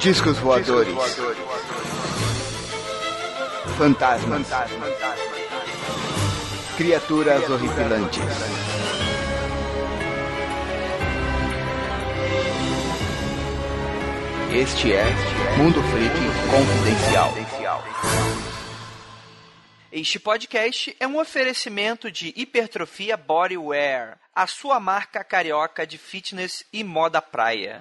Discos voadores. Fantasmas. Criaturas horripilantes. Este é Mundo Freak Confidencial. Este podcast é um oferecimento de Hipertrofia Bodywear, a sua marca carioca de fitness e moda praia.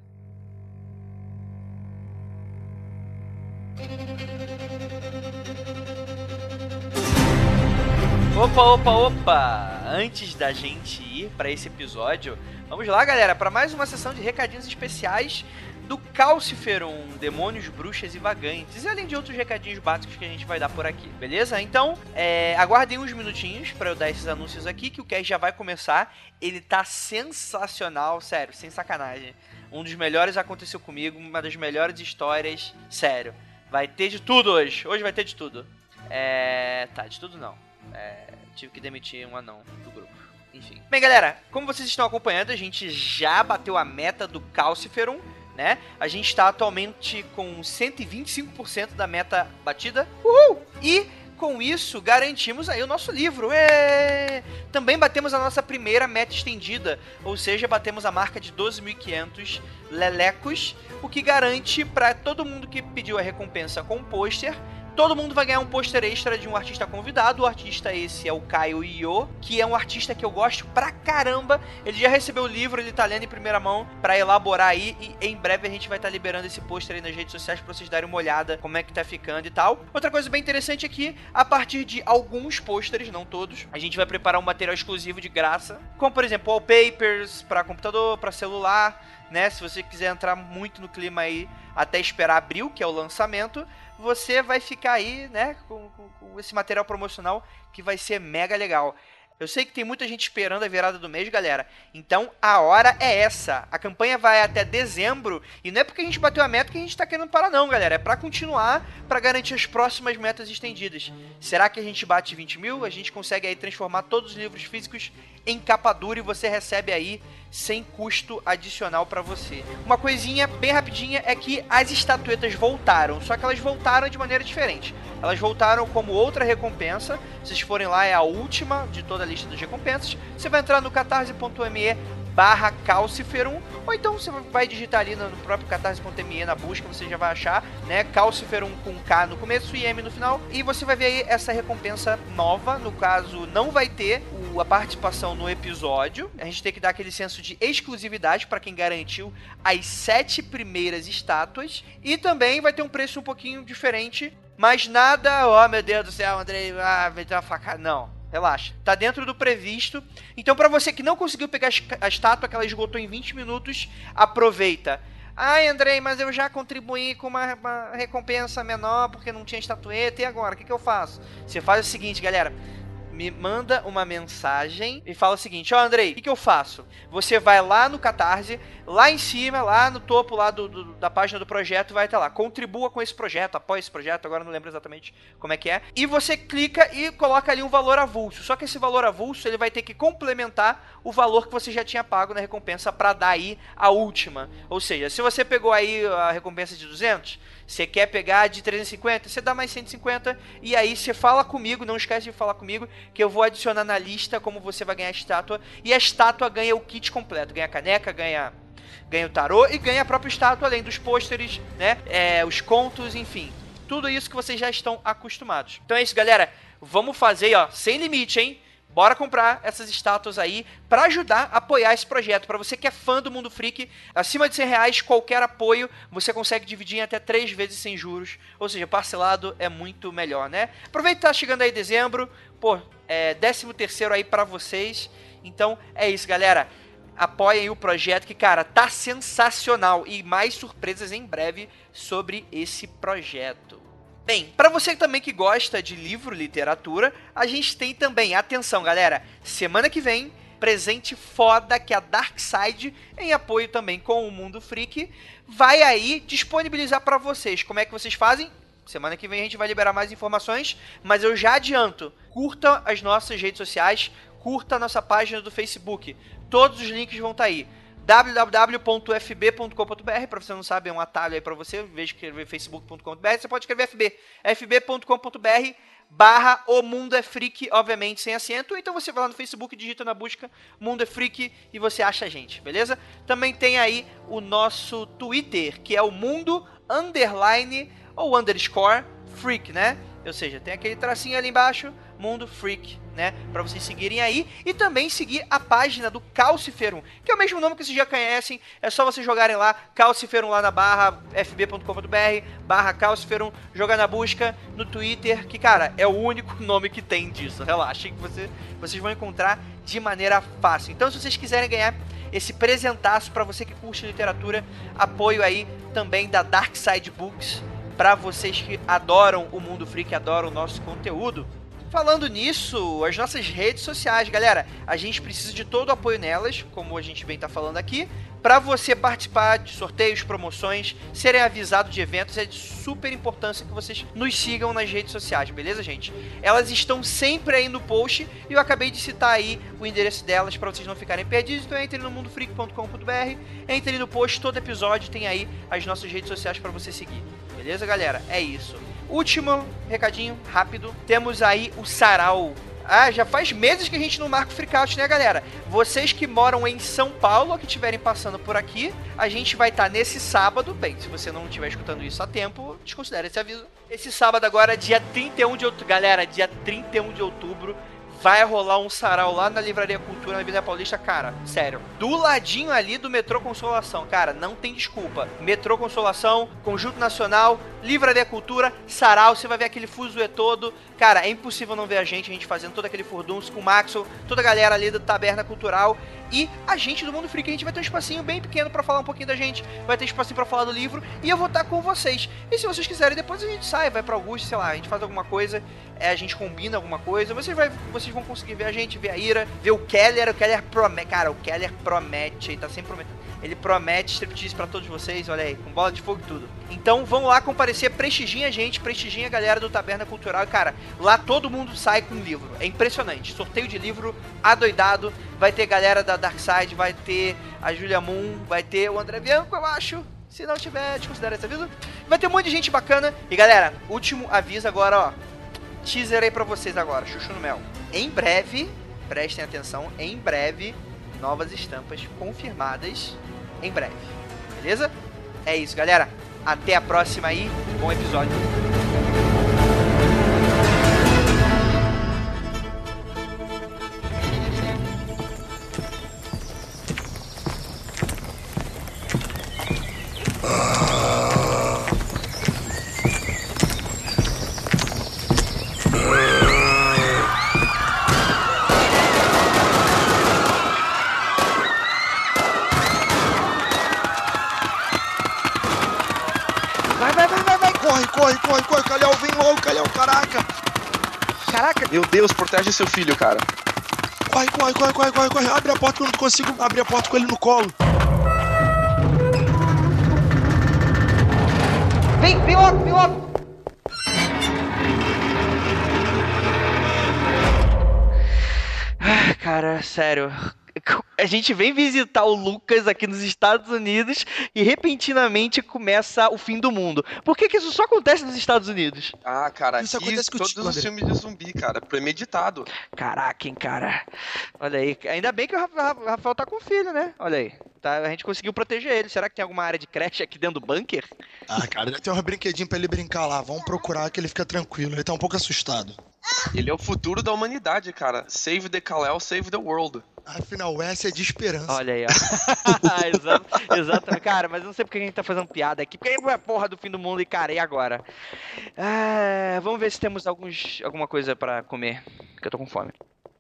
Opa! Antes da gente ir para esse episódio, vamos lá, galera, para mais uma sessão de recadinhos especiais do Calciferum, Demônios, Bruxas e Vagantes, e além de outros recadinhos básicos que a gente vai dar por aqui, beleza? Então, aguardem uns minutinhos para eu dar esses anúncios aqui, que o cast já vai começar. Ele tá sensacional, sério, sem sacanagem. Um dos melhores aconteceu comigo, uma das melhores histórias, sério. Vai ter de tudo hoje vai ter de tudo. De tudo não. Tive que demitir um anão do grupo. Enfim. Bem, galera, como vocês estão acompanhando, a gente já bateu a meta do Calciferum, né? A gente está atualmente com 125% da meta batida. Uhul! E com isso garantimos aí o nosso livro. Também batemos a nossa primeira meta estendida, ou seja, batemos a marca de 12.500 lelecos, o que garante para todo mundo que pediu a recompensa com um pôster. Todo mundo vai ganhar um pôster extra de um artista convidado. O artista esse é o Caio Io, que é um artista que eu gosto pra caramba. Ele já recebeu o livro, ele tá lendo em primeira mão pra elaborar aí. E em breve a gente vai estar liberando esse pôster aí nas redes sociais pra vocês darem uma olhada como é que tá ficando e tal. Outra coisa bem interessante é que, a partir de alguns pôsteres, não todos, a gente vai preparar um material exclusivo de graça. Como, por exemplo, wallpapers pra computador, pra celular, né? Se você quiser entrar muito no clima aí, até esperar abril, que é o lançamento, você vai ficar aí, né, com esse material promocional que vai ser mega legal. Eu sei que tem muita gente esperando a virada do mês, galera. Então, a hora é essa. A campanha vai até dezembro. E não é porque a gente bateu a meta que a gente tá querendo parar, não, galera. É pra continuar, pra garantir as próximas metas estendidas. Será que a gente bate 20 mil? A gente consegue aí transformar todos os livros físicos em capa dura e você recebe aí sem custo adicional pra você. Uma coisinha bem rapidinha é que as estatuetas voltaram. Só que elas voltaram de maneira diferente. Elas voltaram como outra recompensa. Se vocês forem lá, é a última de toda a lista das recompensas. Você vai entrar no catarse.me/Calciferum, ou então você vai digitar ali no próprio catarse.me na busca, você já vai achar, né, Calciferum com K no começo e M no final, e você vai ver aí essa recompensa nova. No caso, não vai ter a participação no episódio, a gente tem que dar aquele senso de exclusividade para quem garantiu as 7 primeiras estátuas, e também vai ter um preço um pouquinho diferente, mas nada, oh meu Deus do céu, Andrei, vai ter uma facada, não. Relaxa, tá dentro do previsto. Então, pra você que não conseguiu pegar a estátua, que ela esgotou em 20 minutos, aproveita. Ai, Andrei, mas eu já contribuí com uma recompensa menor porque não tinha estatueta, e agora? O que eu faço? Você faz o seguinte, galera. Me manda uma mensagem e fala o seguinte: ó, Andrei, o que eu faço? Você vai lá no Catarse, lá em cima, lá no topo lá da página do projeto, vai estar lá, contribua com esse projeto, apoie esse projeto, agora não lembro exatamente como é que é, e você clica e coloca ali um valor avulso. Só que esse valor avulso, ele vai ter que complementar o valor que você já tinha pago na recompensa para dar aí a última. Ou seja, se você pegou aí a recompensa de 200, você quer pegar de 350, você dá mais 150, e aí você fala comigo, não esquece de falar comigo, que eu vou adicionar na lista como você vai ganhar a estátua, e a estátua ganha o kit completo, ganha a caneca, ganha o tarô e ganha a própria estátua, além dos pôsteres, né, os contos, enfim, tudo isso que vocês já estão acostumados. Então é isso, galera, vamos fazer, ó, sem limite, hein? Bora comprar essas estátuas aí pra ajudar a apoiar esse projeto. Pra você que é fã do Mundo Freak, acima de R$100, qualquer apoio, você consegue dividir em até 3 vezes sem juros. Ou seja, parcelado é muito melhor, né? Aproveita que tá chegando aí dezembro. Pô, 13º aí pra vocês. Então, é isso, galera. Apoiem o projeto que, cara, tá sensacional. E mais surpresas em breve sobre esse projeto. Bem, para você também que gosta de livro, literatura, a gente tem também, atenção galera, semana que vem, presente foda que a Darkside, em apoio também com o Mundo Freak, vai aí disponibilizar para vocês. Como é que vocês fazem? Semana que vem a gente vai liberar mais informações, mas eu já adianto, curta as nossas redes sociais, curta a nossa página do Facebook, todos os links vão estar aí. www.fb.com.br, pra você não sabe, é um atalho aí pra você, em vez de escrever facebook.com.br, você pode escrever FB, fb.com.br /O Mundo é Freak, obviamente sem acento, então você vai lá no Facebook, digita na busca Mundo é Freak e você acha a gente, beleza? Também tem aí o nosso Twitter, que é o Mundo _ ou _ Freak, né? Ou seja, tem aquele tracinho ali embaixo, Mundo Freak, né? Pra vocês seguirem aí. E também seguir a página do Calciferum, que é o mesmo nome que vocês já conhecem. É só vocês jogarem lá, Calciferum lá na barra, fb.com.br /Calciferum, jogar na busca, no Twitter, que, cara, é o único nome que tem disso. Relaxem que vocês vão encontrar de maneira fácil. Então, se vocês quiserem ganhar esse presentaço pra você que curte literatura, apoio aí também da Dark Side Books, pra vocês que adoram o Mundo Freak, adoram o nosso conteúdo. Falando nisso, as nossas redes sociais, galera, a gente precisa de todo o apoio nelas, como a gente bem tá falando aqui, pra você participar de sorteios, promoções, serem avisados de eventos. É de super importância que vocês nos sigam nas redes sociais, beleza, gente? Elas estão sempre aí no post e eu acabei de citar aí o endereço delas pra vocês não ficarem perdidos. Então entre no mundofreak.com.br, entre no post, todo episódio tem aí as nossas redes sociais pra você seguir. Beleza, galera? É isso. Último recadinho, rápido. Temos aí o Sarau. Já faz meses que a gente não marca o Freakout, né, galera? Vocês que moram em São Paulo ou que estiverem passando por aqui, a gente vai estar nesse sábado. Bem, se você não estiver escutando isso a tempo, desconsidere esse aviso. Esse sábado agora, dia 31 de outubro. Galera, dia 31 de outubro. Vai rolar um sarau lá na Livraria Cultura, na Avenida Paulista, cara, sério. Do ladinho ali do Metrô Consolação, cara, não tem desculpa. Metrô Consolação, Conjunto Nacional, Livraria Cultura, sarau, você vai ver aquele fuzuê todo. Cara, é impossível não ver a gente fazendo todo aquele furdunço com o Maxwell, toda a galera ali da Taberna Cultural. E a gente do Mundo Freak, a gente vai ter um espacinho bem pequeno pra falar um pouquinho da gente, vai ter espacinho pra falar do livro, e eu vou estar com vocês. E se vocês quiserem, depois a gente sai, vai pra Augusto, sei lá, a gente faz alguma coisa, a gente combina alguma coisa, vocês vão conseguir ver a gente, ver a Ira, ver o Keller promete, cara, o Keller promete, ele tá sempre prometendo. Ele promete striptease pra todos vocês, olha aí, com bola de fogo e tudo. Então vão lá comparecer, prestigiem a gente, prestigiem a galera do Taberna Cultural. E, cara, lá todo mundo sai com livro. É impressionante. Sorteio de livro adoidado. Vai ter galera da Darkside, vai ter a Julia Moon, vai ter o André Bianco, eu acho. Se não tiver, desconsidera esse aviso. Vai ter um monte de gente bacana. E, galera, último aviso agora, ó. Teaser aí pra vocês agora, chuchu no mel. Em breve, prestem atenção, em breve, novas estampas confirmadas em breve, beleza? É isso, galera. Até a próxima aí. Bom episódio. Corre, Calhau, vem logo, Calhau, caraca! Meu Deus, protege seu filho, cara. Corre, abre a porta que eu não consigo abrir a porta com ele no colo. Vem logo! Cara, sério. A gente vem visitar o Lucas aqui nos Estados Unidos e repentinamente começa o fim do mundo. Por que isso só acontece nos Estados Unidos? Ah, cara, Isso aqui acontece todos contigo, os André. filmes de zumbi, cara, premeditado. Caraca, hein, cara. Olha aí. Ainda bem que o Rafael tá com filho, né? Olha aí. Tá, a gente conseguiu proteger ele. Será que tem alguma área de creche aqui dentro do bunker? Ah, cara, deve ter um brinquedinho pra ele brincar lá. Vamos procurar que ele fica tranquilo. Ele tá um pouco assustado. Ele é o futuro da humanidade, cara. Save the Kal-El, save the world. Afinal, o S é de esperança. Olha aí, ó. Exatamente. Cara, mas eu não sei porque a gente tá fazendo piada aqui. Porque aí é a porra do fim do mundo e, cara, e agora? Vamos ver se temos alguma coisa pra comer. Que eu tô com fome.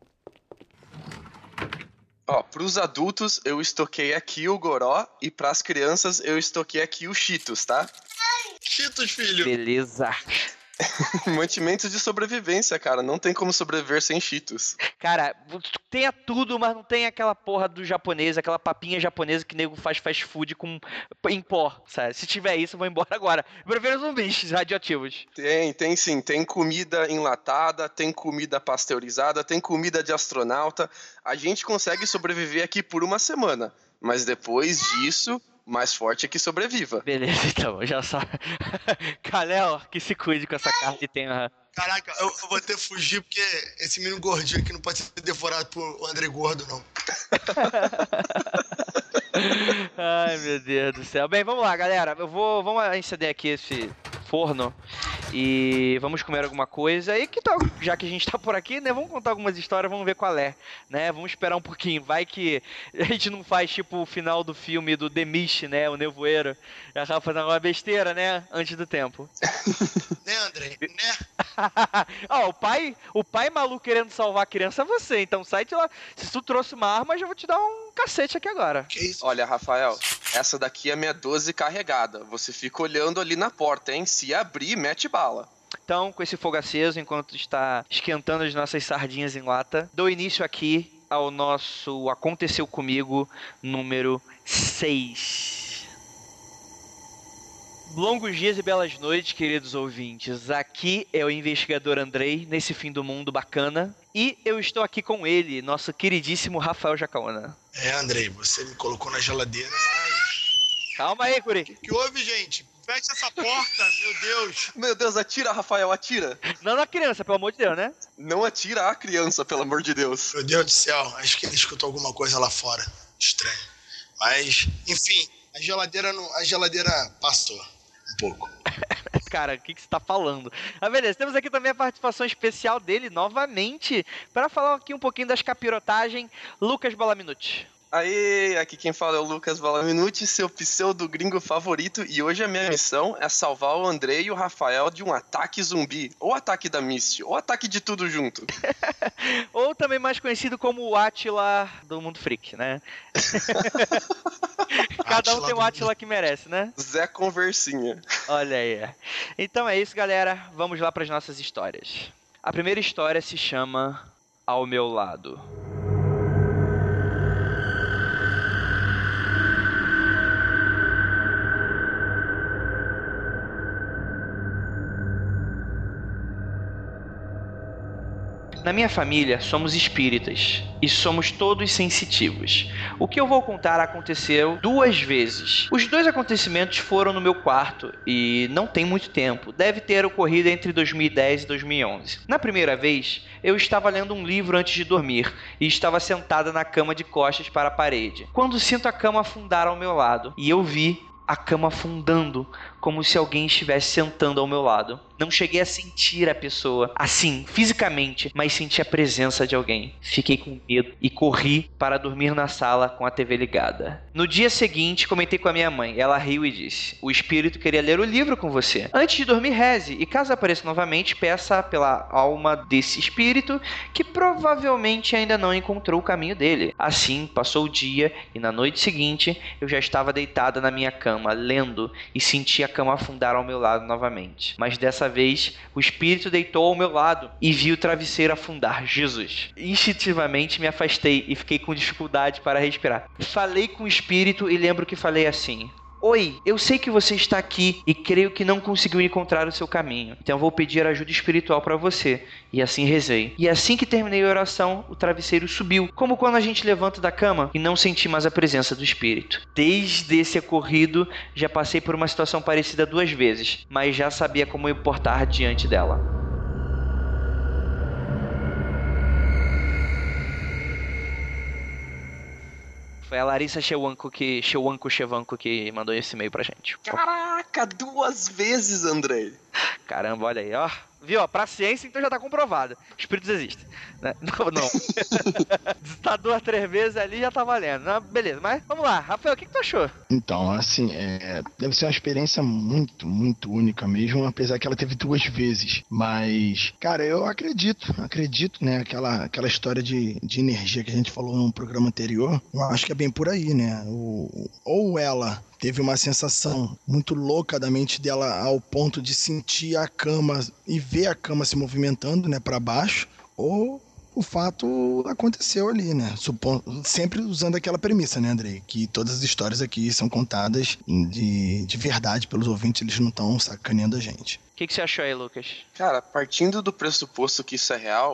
Ó, pros adultos eu estoquei aqui o Goró e pras crianças eu estoquei aqui o Cheetos, tá? Cheetos, filho! Beleza. Mantimentos de sobrevivência, cara. Não tem como sobreviver sem Cheetos. Cara, tenha tudo, mas não tem aquela porra do japonês, aquela papinha japonesa que nego faz fast food em pó, sabe? Se tiver isso, eu vou embora agora. Eu prefiro zumbis radioativos. Tem sim. Tem comida enlatada, tem comida pasteurizada, tem comida de astronauta. A gente consegue sobreviver aqui por uma semana. Mas depois disso, mais forte é que sobreviva. Beleza, então, já só. Kalel, que se cuide com essa carne de tenra. Caraca, eu vou ter que fugir porque esse menino gordinho aqui não pode ser devorado por André Gordo, não. Ai, meu Deus do céu. Bem, vamos lá, galera. Vamos acender aqui esse forno e vamos comer alguma coisa. E que tal, já que a gente tá por aqui, né? Vamos contar algumas histórias, vamos ver qual é, né? Vamos esperar um pouquinho. Vai que a gente não faz tipo o final do filme do The Mist, né? O Nevoeiro. Já tava fazendo uma besteira, né? Antes do tempo. Né, André? Né? Ó, o pai maluco querendo salvar a criança é você. Então sai de lá. Se tu trouxe uma arma, eu já vou te dar um cacete aqui agora. Que isso? Olha, Rafael, essa daqui é minha 12 carregada. Você fica olhando ali na porta, hein? Se abrir, mete bala. Então, com esse fogo aceso, enquanto está esquentando as nossas sardinhas em lata, dou início aqui ao nosso Aconteceu Comigo número 6. Longos dias e belas noites, queridos ouvintes. Aqui é o investigador Andrei, nesse fim do mundo bacana. E eu estou aqui com ele, nosso queridíssimo Rafael Jacaona. Andrei, você me colocou na geladeira, mas... Calma aí, Curi. O que houve, gente? Fecha essa porta, meu Deus. Meu Deus, atira, Rafael, atira. Não na criança, pelo amor de Deus, né? Não atira a criança, pelo amor de Deus. Meu Deus do céu, acho que ele escutou alguma coisa lá fora. Estranho. Mas, enfim, a geladeira passou um pouco. Cara, o que você tá falando? Ah, beleza, temos aqui também a participação especial dele, novamente, para falar aqui um pouquinho das capirotagens, Lucas Balaminuti. Aê, aqui quem fala é o Lucas Balaminuti, seu pseudo gringo favorito, e hoje a minha missão é salvar o André e o Rafael de um ataque zumbi, ou ataque da Misty, ou ataque de tudo junto. Ou também mais conhecido como o Átila do Mundo Freak, né? Cada um tem o Átila que merece, né? Zé Conversinha. Olha aí. Então é isso, galera. Vamos lá para as nossas histórias. A primeira história se chama Ao Meu Lado. Na minha família, somos espíritas e somos todos sensitivos. O que eu vou contar aconteceu 2 vezes. Os 2 acontecimentos foram no meu quarto e não tem muito tempo. Deve ter ocorrido entre 2010 e 2011. Na primeira vez, eu estava lendo um livro antes de dormir e estava sentada na cama de costas para a parede, quando sinto a cama afundar ao meu lado e eu vi a cama afundando, como se alguém estivesse sentando ao meu lado. Não cheguei a sentir a pessoa, assim, fisicamente, mas senti a presença de alguém. Fiquei com medo e corri para dormir na sala com a TV ligada. No dia seguinte, comentei com a minha mãe. Ela riu e disse: o espírito queria ler o livro com você. Antes de dormir, reze, e caso apareça novamente, peça pela alma desse espírito, que provavelmente ainda não encontrou o caminho dele. Assim, passou o dia, e na noite seguinte, eu já estava deitada na minha cama, lendo, e senti a cama afundar ao meu lado novamente. Mas dessa vez, o espírito deitou ao meu lado e vi o travesseiro afundar. Jesus! Instintivamente me afastei e fiquei com dificuldade para respirar. Falei com o espírito e lembro que falei assim: oi, eu sei que você está aqui e creio que não conseguiu encontrar o seu caminho. Então vou pedir ajuda espiritual para você. E assim rezei. E assim que terminei a oração, o travesseiro subiu, como quando a gente levanta da cama, e não senti mais a presença do espírito. Desde esse ocorrido, já passei por uma situação parecida 2 vezes, mas já sabia como me portar diante dela. Foi a Larissa Chewanko que mandou esse e-mail pra gente. Caraca, 2 vezes, André. Caramba, olha aí, ó. Viu? Ó, pra ciência, então já tá comprovado. Espíritos existem. Né? Não. Tá 2, 3 vezes ali, já tá valendo. Não, beleza, mas vamos lá. Rafael, o que tu achou? Então, assim, deve ser uma experiência muito, muito única mesmo, apesar que ela teve 2 vezes. Mas, cara, eu acredito, né? Aquela história de energia que a gente falou no programa anterior, eu acho que é bem por aí, né? Ou ela teve uma sensação muito louca da mente dela ao ponto de sentir a cama e ver a cama se movimentando, né, para baixo, ou o fato aconteceu ali, né? Sempre usando aquela premissa, né, Andrei? Que todas as histórias aqui são contadas de verdade pelos ouvintes, eles não estão sacaneando a gente. O que você achou aí, Lucas? Cara, partindo do pressuposto que isso é real,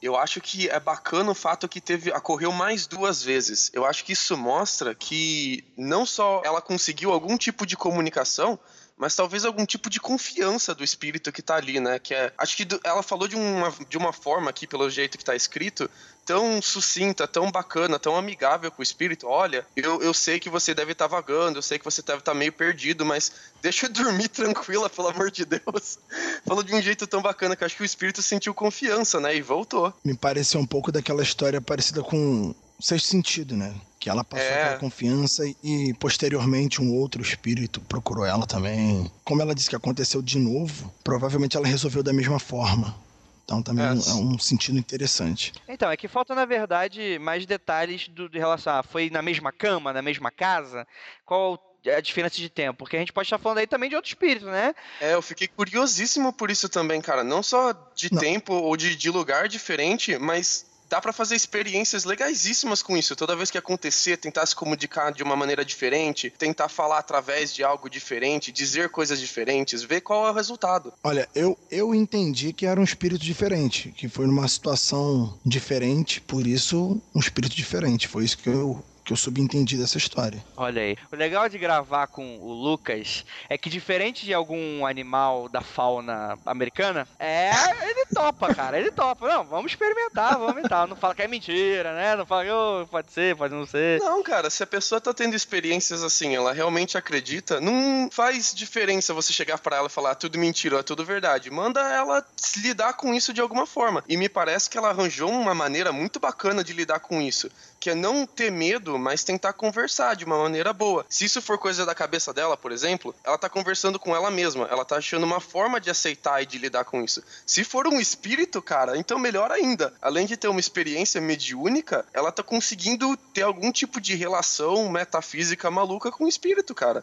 eu acho que é bacana o fato que ocorreu mais 2 vezes. Eu acho que isso mostra que não só ela conseguiu algum tipo de comunicação, mas talvez algum tipo de confiança do espírito que tá ali, né? Acho que ela falou de uma forma aqui, pelo jeito que tá escrito, tão sucinta, tão bacana, tão amigável com o espírito. Olha, eu sei que você deve estar vagando, eu sei que você deve estar meio perdido, mas deixa eu dormir tranquila, pelo amor de Deus. Falou de um jeito tão bacana que eu acho que o espírito sentiu confiança, né? E voltou. Me pareceu um pouco daquela história parecida com Sexto Sentido, né? Que ela passou aquela confiança e posteriormente um outro espírito procurou ela também. Como ela disse que aconteceu de novo, provavelmente ela resolveu da mesma forma. Então também é um sentido interessante. Então, é que falta, na verdade, mais detalhes de relação a foi na mesma cama, na mesma casa? Qual a diferença de tempo? Porque a gente pode estar falando aí também de outro espírito, né? Eu fiquei curiosíssimo por isso também, cara. Não só de tempo ou de lugar diferente, mas dá pra fazer experiências legaisíssimas com isso. Toda vez que acontecer, tentar se comunicar de uma maneira diferente, tentar falar através de algo diferente, dizer coisas diferentes, ver qual é o resultado. Olha, eu entendi que era um espírito diferente, que foi numa situação diferente, por isso um espírito diferente. Foi isso que eu subentendi dessa história. Olha aí. O legal de gravar com o Lucas é que, diferente de algum animal da fauna americana, ele topa, cara. Ele topa. Não, vamos experimentar, vamos tentar. Não fala que é mentira, né? Não fala que pode ser, pode não ser. Não, cara, se a pessoa tá tendo experiências assim, ela realmente acredita, não faz diferença você chegar pra ela e falar tudo mentira ou é tudo verdade. Manda ela lidar com isso de alguma forma. E me parece que ela arranjou uma maneira muito bacana de lidar com isso, que é não ter medo, mas tentar conversar de uma maneira boa. Se isso for coisa da cabeça dela, por exemplo, ela tá conversando com ela mesma, ela tá achando uma forma de aceitar e de lidar com isso. Se for um espírito, cara, então melhor ainda. Além de ter uma experiência mediúnica, ela tá conseguindo ter algum tipo de relação metafísica maluca com o espírito, cara.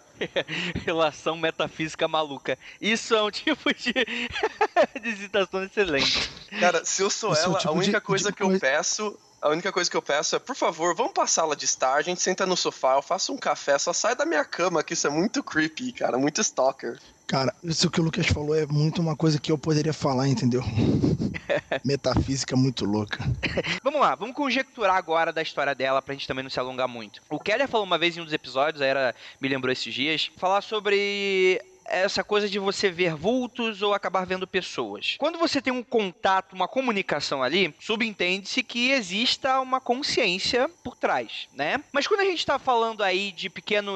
Relação metafísica maluca. Isso é um tipo de de citação excelente. Cara, se eu sou ela, a única coisa que eu peço... A única coisa que eu peço é, por favor, vamos pra sala de estar, a gente senta no sofá, eu faço um café, só sai da minha cama, que isso é muito creepy, cara, muito stalker. Cara, isso que o Lucas falou é muito uma coisa que eu poderia falar, entendeu? Metafísica muito louca. Vamos lá, vamos conjecturar agora da história dela pra gente também não se alongar muito. O Keller falou uma vez em um dos episódios, me lembrou esses dias, falar sobre essa coisa de você ver vultos ou acabar vendo pessoas. Quando você tem um contato, uma comunicação ali, subentende-se que exista uma consciência por trás, né? Mas quando a gente tá falando aí de pequenos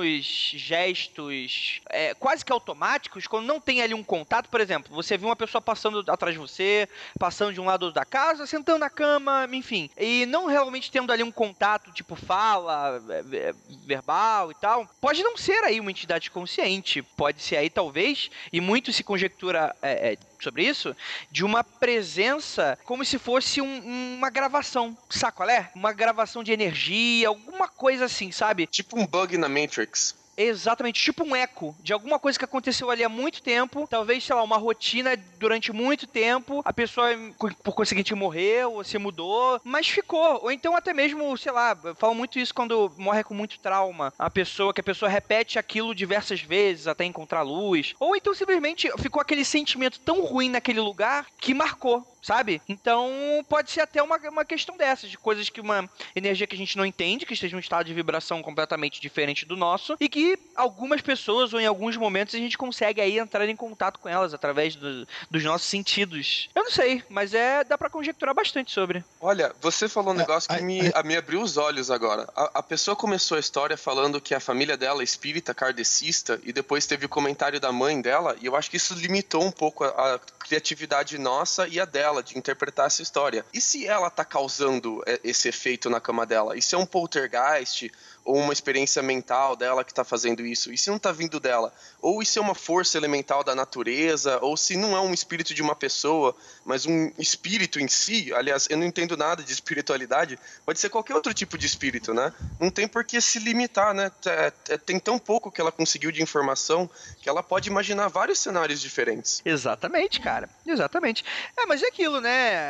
gestos quase que automáticos, quando não tem ali um contato, por exemplo, você viu uma pessoa passando atrás de você, passando de um lado da casa, sentando na cama, enfim, e não realmente tendo ali um contato, tipo fala, verbal e tal, pode não ser aí uma entidade consciente, pode ser aí talvez, e muito se conjectura sobre isso, de uma presença como se fosse uma gravação, saco, uma gravação de energia, alguma coisa assim, sabe? Tipo um bug na Matrix. Exatamente, tipo um eco de alguma coisa que aconteceu ali há muito tempo, talvez, sei lá, uma rotina durante muito tempo, a pessoa, por conseguinte, morreu ou se mudou, mas ficou, ou então até mesmo, sei lá, falam muito isso quando morre com muito trauma, que a pessoa repete aquilo diversas vezes até encontrar luz, ou então simplesmente ficou aquele sentimento tão ruim naquele lugar que marcou, sabe? Então, pode ser até uma questão dessas, de coisas que uma energia que a gente não entende, que esteja em um estado de vibração completamente diferente do nosso, e que algumas pessoas, ou em alguns momentos, a gente consegue aí entrar em contato com elas através dos nossos sentidos. Eu não sei, mas dá pra conjecturar bastante sobre. Olha, você falou um negócio que me abriu os olhos agora. A pessoa começou a história falando que a família dela é espírita, kardecista, e depois teve o comentário da mãe dela, e eu acho que isso limitou um pouco a criatividade nossa e a dela de interpretar essa história. E se ela tá causando esse efeito na cama dela? E se é um poltergeist ou uma experiência mental dela que tá fazendo isso? E se não tá vindo dela? Ou se é uma força elemental da natureza? Ou se não é um espírito de uma pessoa, mas um espírito em si? Aliás, eu não entendo nada de espiritualidade. Pode ser qualquer outro tipo de espírito, né? Não tem por que se limitar, né? Tem tão pouco que ela conseguiu de informação que ela pode imaginar vários cenários diferentes. Exatamente, cara. Exatamente. Mas é aquilo, né?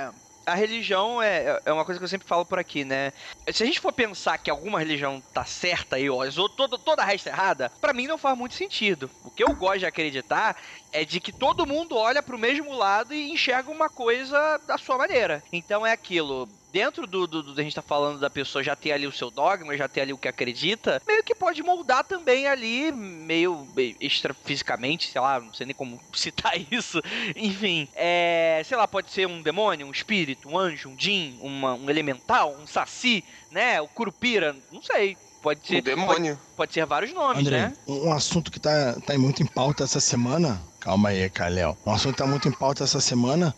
A religião é uma coisa que eu sempre falo por aqui, né? Se a gente for pensar que alguma religião tá certa e toda a resta errada, pra mim não faz muito sentido. O que eu gosto de acreditar é de que todo mundo olha pro mesmo lado e enxerga uma coisa da sua maneira. Então é aquilo... Dentro do a gente tá falando da pessoa já ter ali o seu dogma, já ter ali o que acredita, meio que pode moldar também ali, meio extrafisicamente, sei lá, não sei nem como citar isso. Enfim, sei lá, pode ser um demônio, um espírito, um anjo, um djinn, um elemental, um saci, né? O curupira, não sei. Pode ser. Um demônio. Pode ser vários nomes, André, né? Um assunto que tá muito em pauta essa semana. Calma aí, Kalel. Um assunto que tá muito em pauta essa semana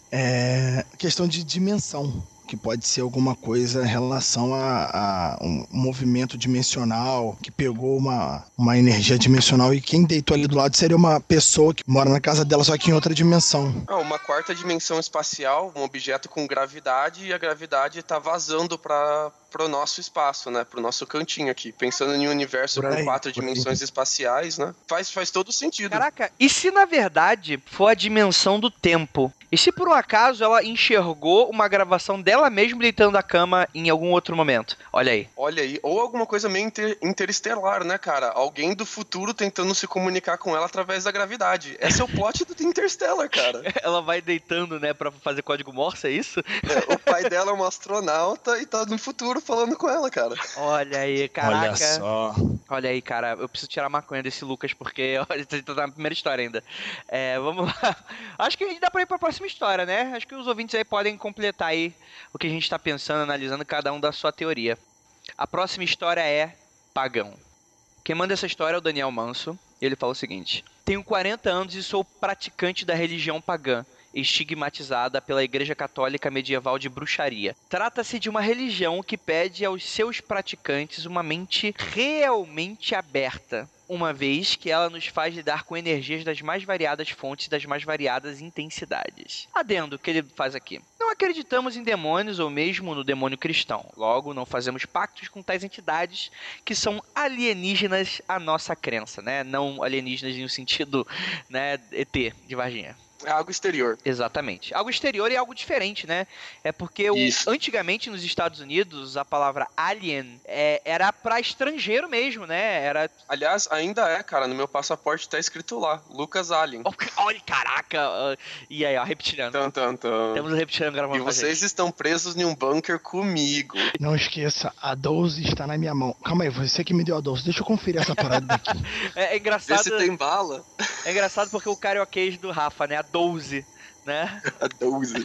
é questão de dimensão. Que pode ser alguma coisa em relação a um movimento dimensional, que pegou uma energia dimensional e quem deitou ali do lado seria uma pessoa que mora na casa dela, só que em outra dimensão. Uma quarta dimensão espacial, um objeto com gravidade, e a gravidade tá vazando pro nosso espaço, né? Pro nosso cantinho aqui. Pensando em um universo com 4 dimensões espaciais, né? Faz todo sentido. Caraca, e se na verdade for a dimensão do tempo? E se por um acaso ela enxergou uma gravação dela mesma deitando na cama em algum outro momento? Olha aí. Olha aí. Ou alguma coisa meio interestelar, né, cara? Alguém do futuro tentando se comunicar com ela através da gravidade. Esse é o plot do Interstellar, cara. Ela vai deitando, né, pra fazer código Morse, é isso? O pai dela é um astronauta e tá no futuro falando com ela, cara. Olha aí, caraca. Olha só. Olha aí, cara, eu preciso tirar a maconha desse Lucas, porque olha, tá na primeira história ainda. Vamos lá. Acho que a gente dá pra ir pra próxima história, né? Acho que os ouvintes aí podem completar aí o que a gente tá pensando, analisando cada um da sua teoria. A próxima história é Pagão. Quem manda essa história é o Daniel Manso. Ele fala o seguinte: tenho 40 anos e sou praticante da religião pagã, estigmatizada pela Igreja Católica Medieval de bruxaria. Trata-se de uma religião que pede aos seus praticantes uma mente realmente aberta, uma vez que ela nos faz lidar com energias das mais variadas fontes e das mais variadas intensidades. Adendo que ele faz aqui: não acreditamos em demônios ou mesmo no demônio cristão. Logo, não fazemos pactos com tais entidades que são alienígenas à nossa crença, né? Não alienígenas no sentido, né, ET, de Varginha. É algo exterior. Exatamente. Algo exterior e algo diferente, né? É porque antigamente nos Estados Unidos a palavra alien era pra estrangeiro mesmo, né? Aliás, ainda cara. No meu passaporte tá escrito lá, Lucas Alien. Olha, caraca! E aí, ó, reptiliano. Temos o reptiliano gravando. E vocês estão presos em um bunker comigo. Não esqueça, a 12 está na minha mão. Calma aí, você que me deu a 12. Deixa eu conferir essa parada daqui. É engraçado. Vê se tem bala. É engraçado porque o carioquês do Rafa, né? A 12, né? A 12.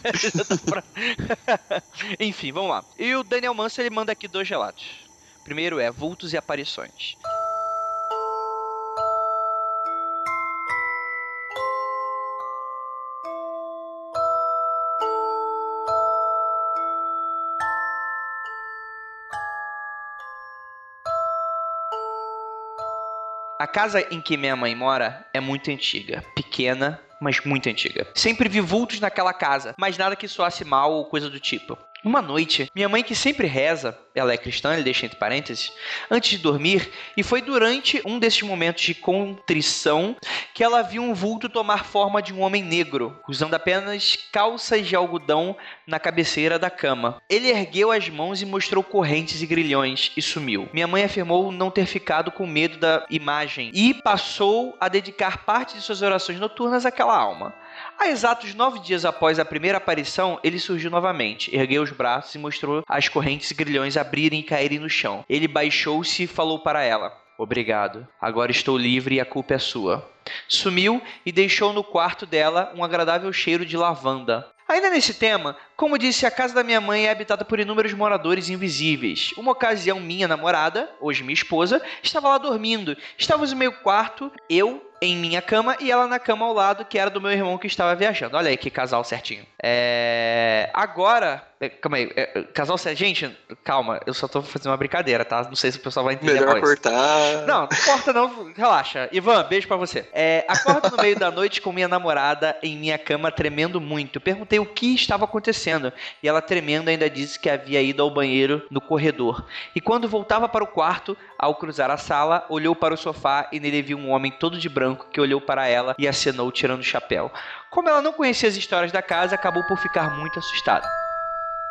Enfim, vamos lá. E o Daniel Manso, ele manda aqui 2 relatos. Primeiro é vultos e aparições. A casa em que minha mãe mora é muito antiga, pequena, mas muito antiga. Sempre vi vultos naquela casa, mas nada que soasse mal ou coisa do tipo. Uma noite, minha mãe, que sempre reza, ela é cristã, ele deixa entre parênteses, antes de dormir, e foi durante um desses momentos de contrição que ela viu um vulto tomar forma de um homem negro, usando apenas calças de algodão na cabeceira da cama. Ele ergueu as mãos e mostrou correntes e grilhões e sumiu. Minha mãe afirmou não ter ficado com medo da imagem e passou a dedicar parte de suas orações noturnas àquela alma. Há exatos 9 dias após a primeira aparição, ele surgiu novamente, ergueu os braços e mostrou as correntes e grilhões abrirem e caírem no chão. Ele baixou-se e falou para ela: obrigado, agora estou livre e a culpa é sua. Sumiu e deixou no quarto dela um agradável cheiro de lavanda. Ainda nesse tema, como disse, a casa da minha mãe é habitada por inúmeros moradores invisíveis. Uma ocasião, minha namorada, hoje minha esposa, estava lá dormindo. Estávamos no meu quarto, eu em minha cama e ela na cama ao lado, que era do meu irmão que estava viajando. Olha aí que casal certinho. Agora... Calma aí. Casal certinho... Gente, calma. Eu só tô fazendo uma brincadeira, tá? Não sei se o pessoal vai entender. Melhor cortar. Não corta não. Relaxa. Ivan, beijo pra você. Acordo no meio da noite com minha namorada em minha cama, tremendo muito. Perguntei o que estava acontecendo. E ela, tremendo, ainda disse que havia ido ao banheiro no corredor. E quando voltava para o quarto, ao cruzar a sala, olhou para o sofá e nele viu um homem todo de branco que olhou para ela e acenou tirando o chapéu. Como ela não conhecia as histórias da casa, acabou por ficar muito assustada.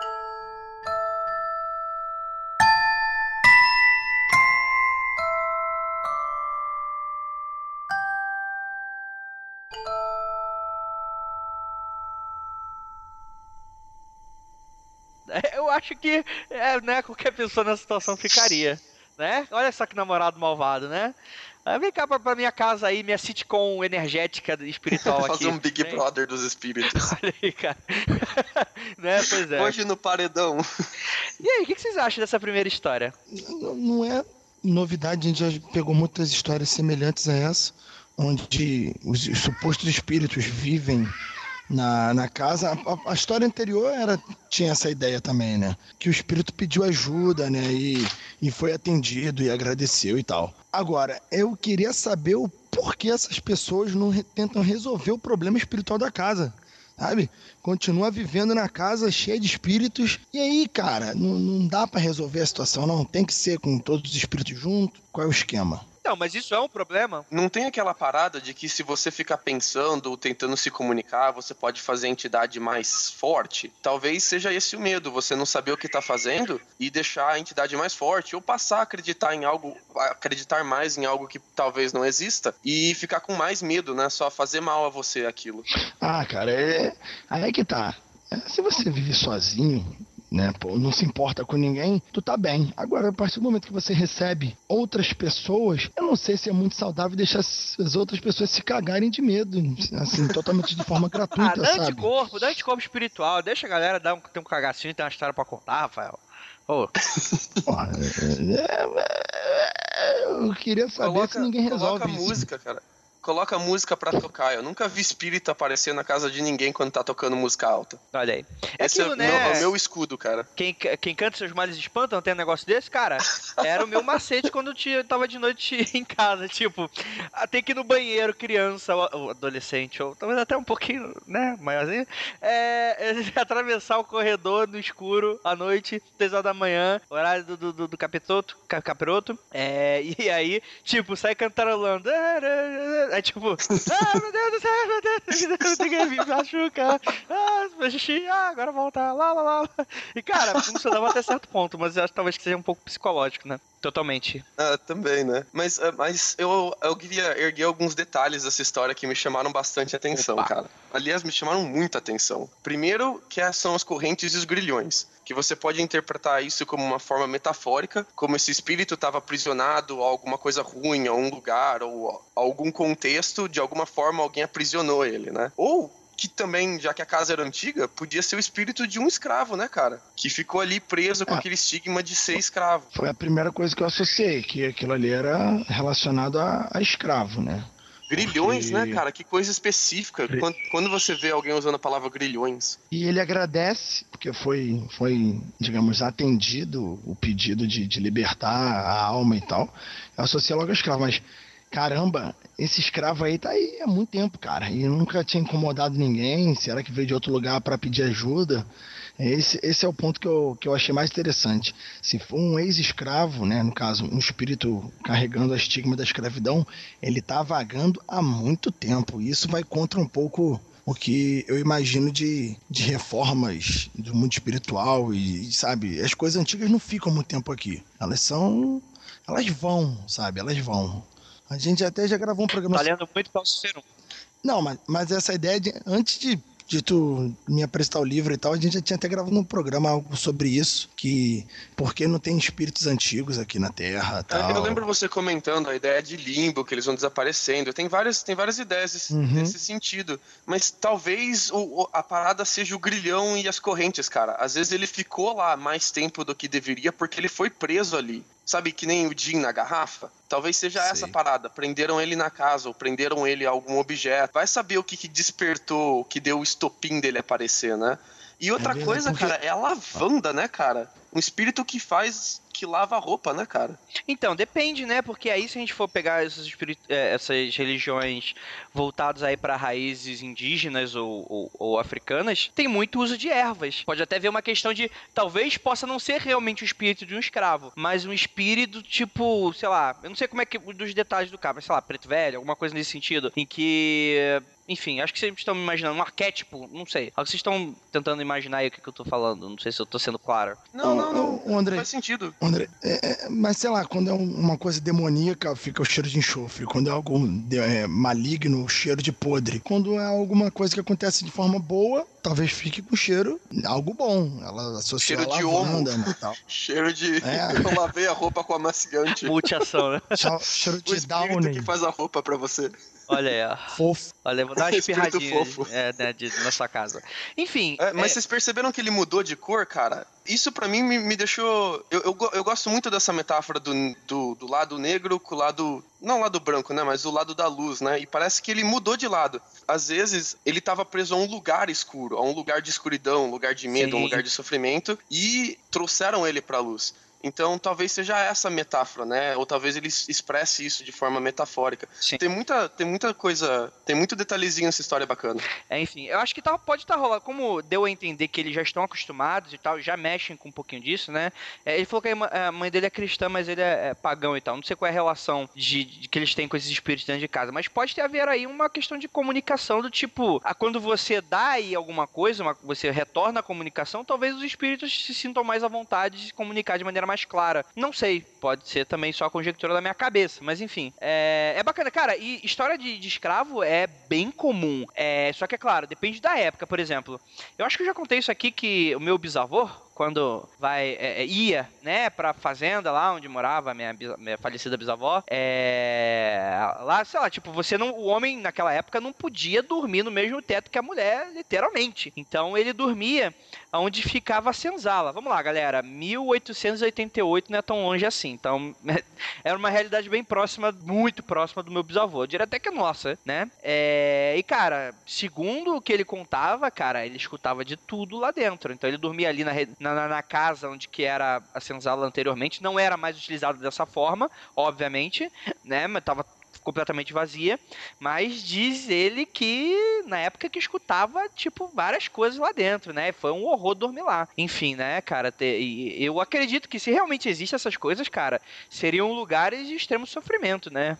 acho que né, qualquer pessoa nessa situação ficaria, né? Olha só que namorado malvado, né? Vem cá pra minha casa aí, minha sitcom energética espiritual aqui. Fazer um Big Brother dos espíritos. Olha aí, cara. Né? Pois é. Hoje no paredão. E aí, o que vocês acham dessa primeira história? Não é novidade, a gente já pegou muitas histórias semelhantes a essa, onde os supostos espíritos vivem na casa. A história anterior tinha essa ideia também, né? Que o espírito pediu ajuda, né? E foi atendido e agradeceu e tal. Agora, eu queria saber o porquê essas pessoas não tentam resolver o problema espiritual da casa, sabe? Continua vivendo na casa cheia de espíritos. E aí, cara, não dá pra resolver a situação, não? Tem que ser com todos os espíritos juntos? Qual é o esquema? Não, mas isso é um problema? Não tem aquela parada de que se você ficar pensando ou tentando se comunicar, você pode fazer a entidade mais forte? Talvez seja esse o medo, você não saber o que tá fazendo e deixar a entidade mais forte, ou passar a acreditar mais em algo que talvez não exista e ficar com mais medo, né? Só fazer mal a você aquilo. Ah, cara, aí é que tá. Se você vive sozinho, né, pô, não se importa com ninguém, tu tá bem. Agora, a partir do momento que você recebe outras pessoas, eu não sei se é muito saudável deixar as outras pessoas se cagarem de medo, assim, totalmente de forma gratuita, dá sabe? Dá anticorpo espiritual, deixa a galera ter um cagacinho e ter uma história pra contar, Rafael. Ô. Eu queria saber se ninguém resolve coloca isso. Música, cara. Coloca música pra tocar. Eu nunca vi espírito aparecer na casa de ninguém quando tá tocando música alta. Olha aí. Esse aquilo, é o meu escudo, cara. Quem canta seus males espanta, não tem um negócio desse? Cara, era o meu macete quando eu tava de noite em casa. Tipo, tem que ir no banheiro, criança, ou adolescente, ou talvez até um pouquinho, né, maiorzinho. Atravessar o corredor no escuro, à noite, 3 horas da manhã, horário do capiroto. E aí, tipo, sai cantarolando. Aí tipo, meu Deus do céu, ninguém me machuca. Xixi, agora volta, lá. E cara, funcionava até certo ponto, mas eu acho que talvez que seja um pouco psicológico, né? Totalmente. Também, né? Mas eu queria erguer alguns detalhes dessa história que me chamaram bastante atenção, cara. Aliás, me chamaram muita atenção. Primeiro, que são as correntes e os grilhões. Que você pode interpretar isso como uma forma metafórica, como esse espírito estava aprisionado a alguma coisa ruim, a um lugar, ou a algum contexto, de alguma forma alguém aprisionou ele, né? Ou que também, já que a casa era antiga, podia ser o espírito de um escravo, né, cara? Que ficou ali preso com aquele estigma de ser escravo. Foi a primeira coisa que eu associei, que aquilo ali era relacionado a escravo, né? Grilhões, né, cara? Que coisa específica. Quando você vê alguém usando a palavra grilhões. E ele agradece, porque foi digamos, atendido o pedido de libertar a alma e tal. Eu associei logo a escravo, mas caramba, esse escravo aí tá aí há muito tempo, cara. E nunca tinha incomodado ninguém. Será que veio de outro lugar para pedir ajuda? Esse é o ponto que eu achei mais interessante. Se for um ex-escravo, né, no caso, um espírito carregando a estigma da escravidão, ele tá vagando há muito tempo. E isso vai contra um pouco o que eu imagino de reformas do mundo espiritual e, sabe, as coisas antigas não ficam muito tempo aqui. Elas vão, sabe, elas vão. A gente até já gravou um programa... Tá lendo muito Calciferum. Não, mas essa ideia antes de tu me apresentar o livro e tal, a gente já tinha até gravado um programa algo sobre isso, que porque não tem espíritos antigos aqui na Terra, tal. Eu lembro você comentando a ideia de limbo, que eles vão desaparecendo. Tem várias ideias nesse sentido, mas talvez a parada seja o grilhão e as correntes, cara. Às vezes ele ficou lá mais tempo do que deveria porque ele foi preso ali. Sabe, que nem o gin na garrafa? Talvez seja essa parada. Prenderam ele na casa ou prenderam ele a algum objeto. Vai saber o que despertou, o que deu o estopim dele aparecer, né? E outra coisa, cara, é a lavanda, né, cara? Um espírito que lava a roupa, né, cara? Então, depende, né? Porque aí se a gente for pegar essas religiões voltadas aí para raízes indígenas ou africanas, tem muito uso de ervas. Pode até ver uma questão de, talvez possa não ser realmente o espírito de um escravo, mas um espírito tipo, sei lá, eu não sei como é que, dos detalhes do cara, mas sei lá, preto velho, alguma coisa nesse sentido, em que... Enfim, acho que vocês estão me imaginando um arquétipo, não sei. Vocês estão tentando imaginar aí o que eu tô falando, não sei se eu tô sendo claro. Não, Não, André, faz sentido. André, mas sei lá, quando é uma coisa demoníaca, fica o cheiro de enxofre. Quando é algo maligno, o cheiro de podre. Quando é alguma coisa que acontece de forma boa, talvez fique com cheiro, algo bom. Ela associou Cheiro a de lavanda, homo. né, tal. Cheiro de... Eu lavei a roupa com amaciante. Multiação, né? Cheiro O de espírito Downy. que faz a roupa pra você. Olha aí, ó. Fofo. Olha, vou dar uma Espírito espirradinha fofo. né, na sua casa. Enfim. Mas vocês perceberam que ele mudou de cor, cara? Isso pra mim me deixou... Eu gosto muito dessa metáfora do lado negro com o lado... Não o lado branco, né? Mas o lado da luz, né? E parece que ele mudou de lado. Às vezes, ele tava preso a um lugar escuro, a um lugar de escuridão, um lugar de medo, Sim. um lugar de sofrimento. E trouxeram ele pra luz. Então, talvez seja essa metáfora, né? Ou talvez ele expresse isso de forma metafórica. Sim. Tem muita coisa, tem muito detalhezinho nessa história bacana. Enfim, eu acho que pode estar rolando, como deu a entender que eles já estão acostumados e tal, já mexem com um pouquinho disso, né? Ele falou que a mãe dele é cristã, mas ele é pagão e tal. Não sei qual é a relação de que eles têm com esses espíritos dentro de casa, mas pode ter a ver aí uma questão de comunicação do tipo, quando você dá aí alguma coisa, você retorna a comunicação, talvez os espíritos se sintam mais à vontade de se comunicar de maneira mais clara. Não sei, pode ser também só a conjectura da minha cabeça, mas enfim. É bacana, cara, e história de escravo é bem comum. Só que é claro, depende da época, por exemplo. Eu acho que eu já contei isso aqui, que o meu bisavô, quando ia, né, pra fazenda lá onde morava a minha falecida bisavó, lá, sei lá, tipo, o homem naquela época não podia dormir no mesmo teto que a mulher, literalmente. Então ele dormia onde ficava a senzala. Vamos lá, galera, 1888 não é tão longe assim, então era uma realidade bem próxima, muito próxima do meu bisavô, eu diria até que nossa, né? E cara, segundo o que ele contava, cara, ele escutava de tudo lá dentro, então ele dormia ali na casa onde que era a senzala anteriormente, não era mais utilizada dessa forma, obviamente, né, mas tava completamente vazia, mas diz ele que na época que escutava, tipo, várias coisas lá dentro, né, foi um horror dormir lá. Enfim, né, cara, eu acredito que se realmente existem essas coisas, cara, seriam lugares de extremo sofrimento, né.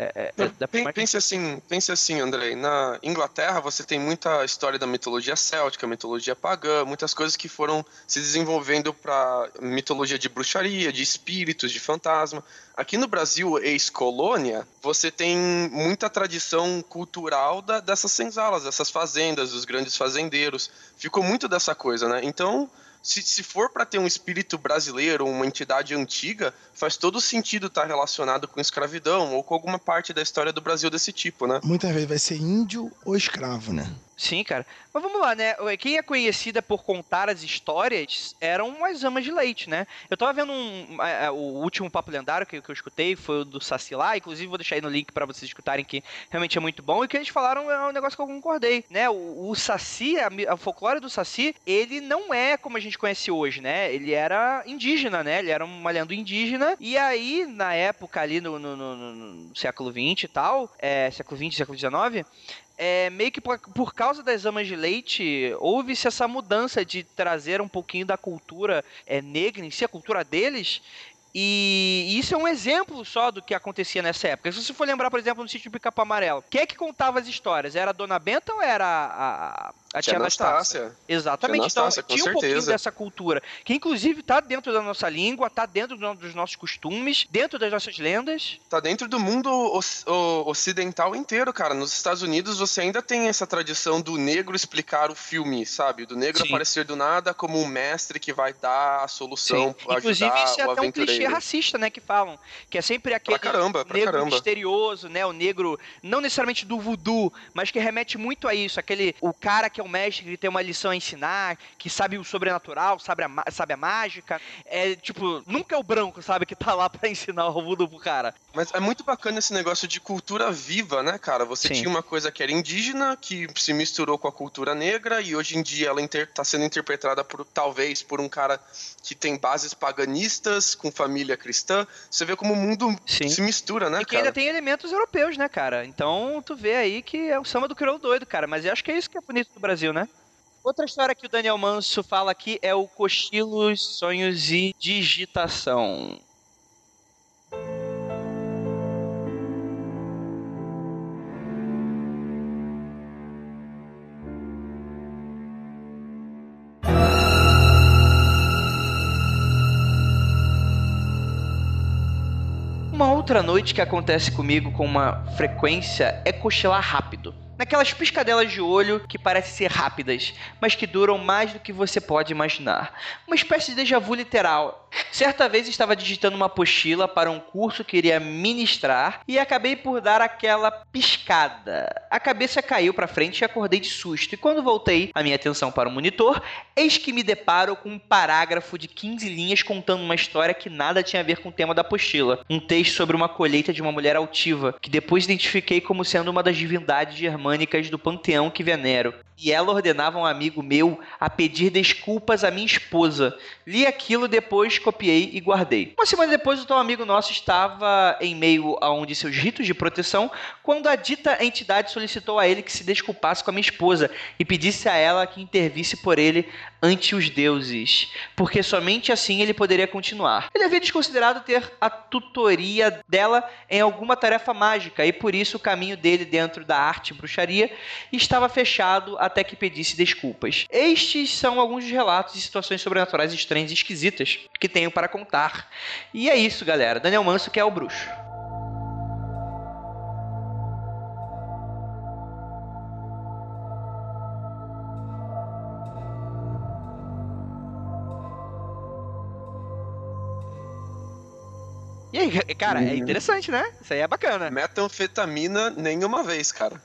Pense assim, Andrei, na Inglaterra você tem muita história da mitologia céltica, mitologia pagã, muitas coisas que foram se desenvolvendo para mitologia de bruxaria, de espíritos, de fantasma. Aqui no Brasil, ex-colônia, você tem muita tradição cultural dessas senzalas, dessas fazendas, dos grandes fazendeiros. Ficou muito dessa coisa, né? Então, se for para ter um espírito brasileiro, uma entidade antiga, faz todo sentido estar relacionado com escravidão ou com alguma parte da história do Brasil desse tipo, né? Muitas vezes vai ser índio ou escravo, né? Sim, cara. Mas vamos lá, né? Quem é conhecida por contar as histórias eram as amas de leite, né? Eu tava vendo o último Papo Lendário que eu escutei, foi o do Saci lá, inclusive vou deixar aí no link pra vocês escutarem, que realmente é muito bom, e o que eles falaram é um negócio que eu concordei, né? O Saci, a folclore do Saci, ele não é como a gente conhece hoje, né? Ele era indígena, né? Ele era uma lenda indígena, e aí, na época ali no século XX e tal, século XX, século XIX, meio que por causa das amas de leite, houve-se essa mudança de trazer um pouquinho da cultura negra em si, a cultura deles, e isso é um exemplo só do que acontecia nessa época. Se você for lembrar, por exemplo, no Sítio do Pica-Pau Amarelo, quem é que contava as histórias? Era a Dona Benta ou era a tia Anastácia? Exatamente, tia Anastácia, então tinha um pouquinho dessa cultura, que inclusive tá dentro da nossa língua, tá dentro dos nossos costumes, dentro das nossas lendas. Tá dentro do mundo ocidental inteiro, cara. Nos Estados Unidos você ainda tem essa tradição do negro explicar o filme, sabe? Do negro Sim. aparecer do nada como um mestre que vai dar a solução, ajudar inclusive isso é o até um clichê aventureiro. racista, né, que falam, que é sempre aquele negro misterioso, né, o negro não necessariamente do voodoo, mas que remete muito a isso, o cara que é o mestre, que tem uma lição a ensinar, que sabe o sobrenatural, sabe a mágica, tipo, nunca é o branco, sabe, que tá lá pra ensinar o voodoo pro cara. Mas é muito bacana esse negócio de cultura viva, né, cara? Você tinha uma coisa que era indígena, que se misturou com a cultura negra, e hoje em dia ela tá sendo interpretada talvez por um cara que tem bases paganistas, com família cristã. Você vê como o mundo se mistura, né, cara? E que ainda tem elementos europeus, né, cara? Então, tu vê aí que é o samba do crioulo doido, cara. Mas eu acho que é isso que é bonito do Brasil, né? Outra história que o Daniel Manso fala aqui é o Cochilos, Sonhos e Digitação. Outra noite que acontece comigo com uma frequência é cochilar rápido. Naquelas piscadelas de olho que parecem ser rápidas, mas que duram mais do que você pode imaginar. Uma espécie de déjà vu literal. Certa vez estava digitando uma apostila para um curso que iria ministrar e acabei por dar aquela piscada. A cabeça caiu para frente e acordei de susto. E quando voltei a minha atenção para o monitor, eis que me deparo com um parágrafo de 15 linhas contando uma história que nada tinha a ver com o tema da apostila. Um texto sobre uma colheita de uma mulher altiva, que depois identifiquei como sendo uma das divindades germânicas do panteão que venero. E ela ordenava um amigo meu a pedir desculpas à minha esposa. Li aquilo, depois copiei e guardei. Uma semana depois, o tal amigo nosso estava em meio a um de seus ritos de proteção, quando a dita entidade solicitou a ele que se desculpasse com a minha esposa e pedisse a ela que intervisse por ele ante os deuses, porque somente assim ele poderia continuar. Ele havia desconsiderado ter a tutoria dela em alguma tarefa mágica e por isso o caminho dele dentro da arte e bruxaria estava fechado até que pedisse desculpas. Estes são alguns dos relatos de situações sobrenaturais estranhas e esquisitas que tenho para contar. E é isso, galera. Daniel Manso, que é o bruxo. E aí, cara, é interessante, né? Isso aí é bacana. Metanfetamina nenhuma vez, cara.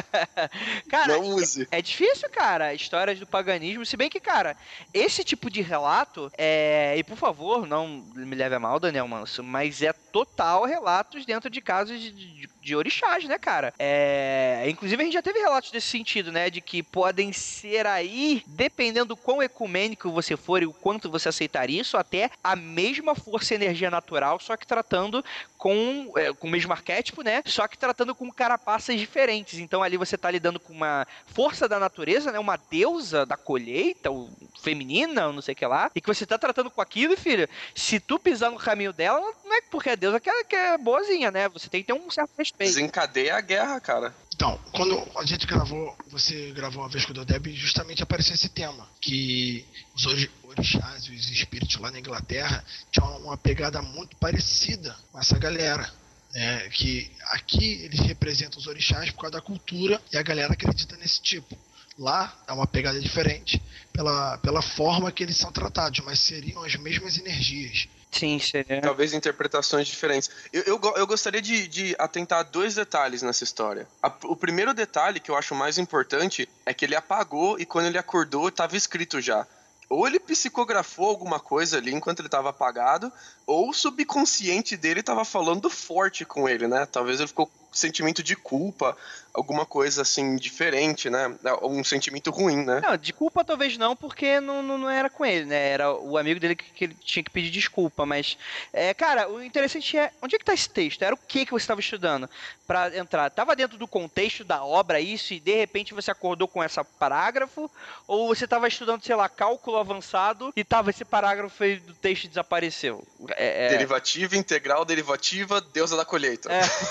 Cara, não use. É difícil, cara, histórias do paganismo. Se bem que, cara, esse tipo de relato e por favor, não me leve a mal, Daniel Manso, mas é total relatos dentro de casos de orixás, né, cara? Inclusive a gente já teve relatos desse sentido, né? De que podem ser aí, dependendo do quão ecumênico você for e o quanto você aceitar isso, até a mesma força e energia natural, só que tratando com o mesmo arquétipo, né? Só que tratando com carapaças diferentes. Então ali você tá lidando com uma força da natureza, né? Uma deusa da colheita, feminina, ou não sei o que lá, e que você tá tratando com aquilo, filho. Se tu pisar no caminho dela, não é porque a deusa que é boazinha, né? Você tem que ter um certo respeito. Desencadeia a guerra, cara. Então, quando a gente gravou, você gravou a vez com o Dodeb, justamente apareceu esse tema, que os orixás e os espíritos lá na Inglaterra tinham uma pegada muito parecida com essa galera. Que aqui eles representam os orixás por causa da cultura e a galera acredita nesse tipo. Lá é uma pegada diferente pela forma que eles são tratados, mas seriam as mesmas energias. Sim, seria. Talvez interpretações diferentes. Eu gostaria de atentar a dois detalhes nessa história. O primeiro detalhe, que eu acho mais importante, é que ele apagou e quando ele acordou estava escrito já. Ou ele psicografou alguma coisa ali enquanto ele estava apagado, ou o subconsciente dele estava falando forte com ele, né? Talvez ele ficou com sentimento de culpa, alguma coisa assim diferente, né? Um sentimento ruim, né? Não, de culpa talvez não, porque não era com ele, né? Era o amigo dele que ele tinha que pedir desculpa, mas... cara, o interessante é... Onde é que tá esse texto? Era o que você estava estudando pra entrar? Tava dentro do contexto da obra isso e de repente você acordou com esse parágrafo? Ou você tava estudando, sei lá, cálculo avançado e tava esse parágrafo aí do texto desapareceu? Derivativa, integral, derivativa, deusa da colheita.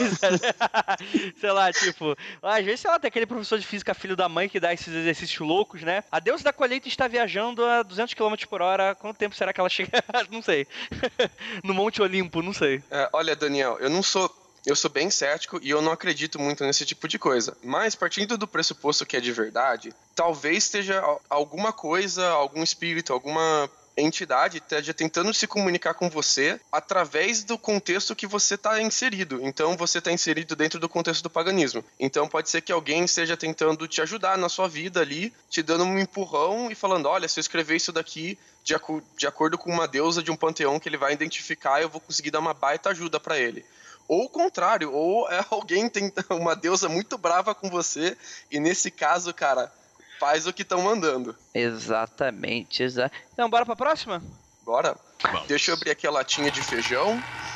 Sei lá, tipo... Às vezes, sei lá, tem aquele professor de física filho da mãe que dá esses exercícios loucos, né? A deusa da colheita está viajando a 200 km por hora. Quanto tempo será que ela chega? Não sei. No Monte Olimpo, não sei. Olha, Daniel, eu sou bem cético e eu não acredito muito nesse tipo de coisa. Mas, partindo do pressuposto que é de verdade, talvez esteja alguma coisa, algum espírito, alguma entidade esteja tentando se comunicar com você através do contexto que você está inserido. Então, você está inserido dentro do contexto do paganismo. Então, pode ser que alguém esteja tentando te ajudar na sua vida ali, te dando um empurrão e falando, olha, se eu escrever isso daqui de acordo com uma deusa de um panteão que ele vai identificar, eu vou conseguir dar uma baita ajuda para ele. Ou o contrário, ou alguém tem uma deusa muito brava com você e nesse caso, cara, faz o que estão mandando. Exatamente, Então, bora pra próxima? Bora. Vamos. Deixa eu abrir aqui a latinha de feijão.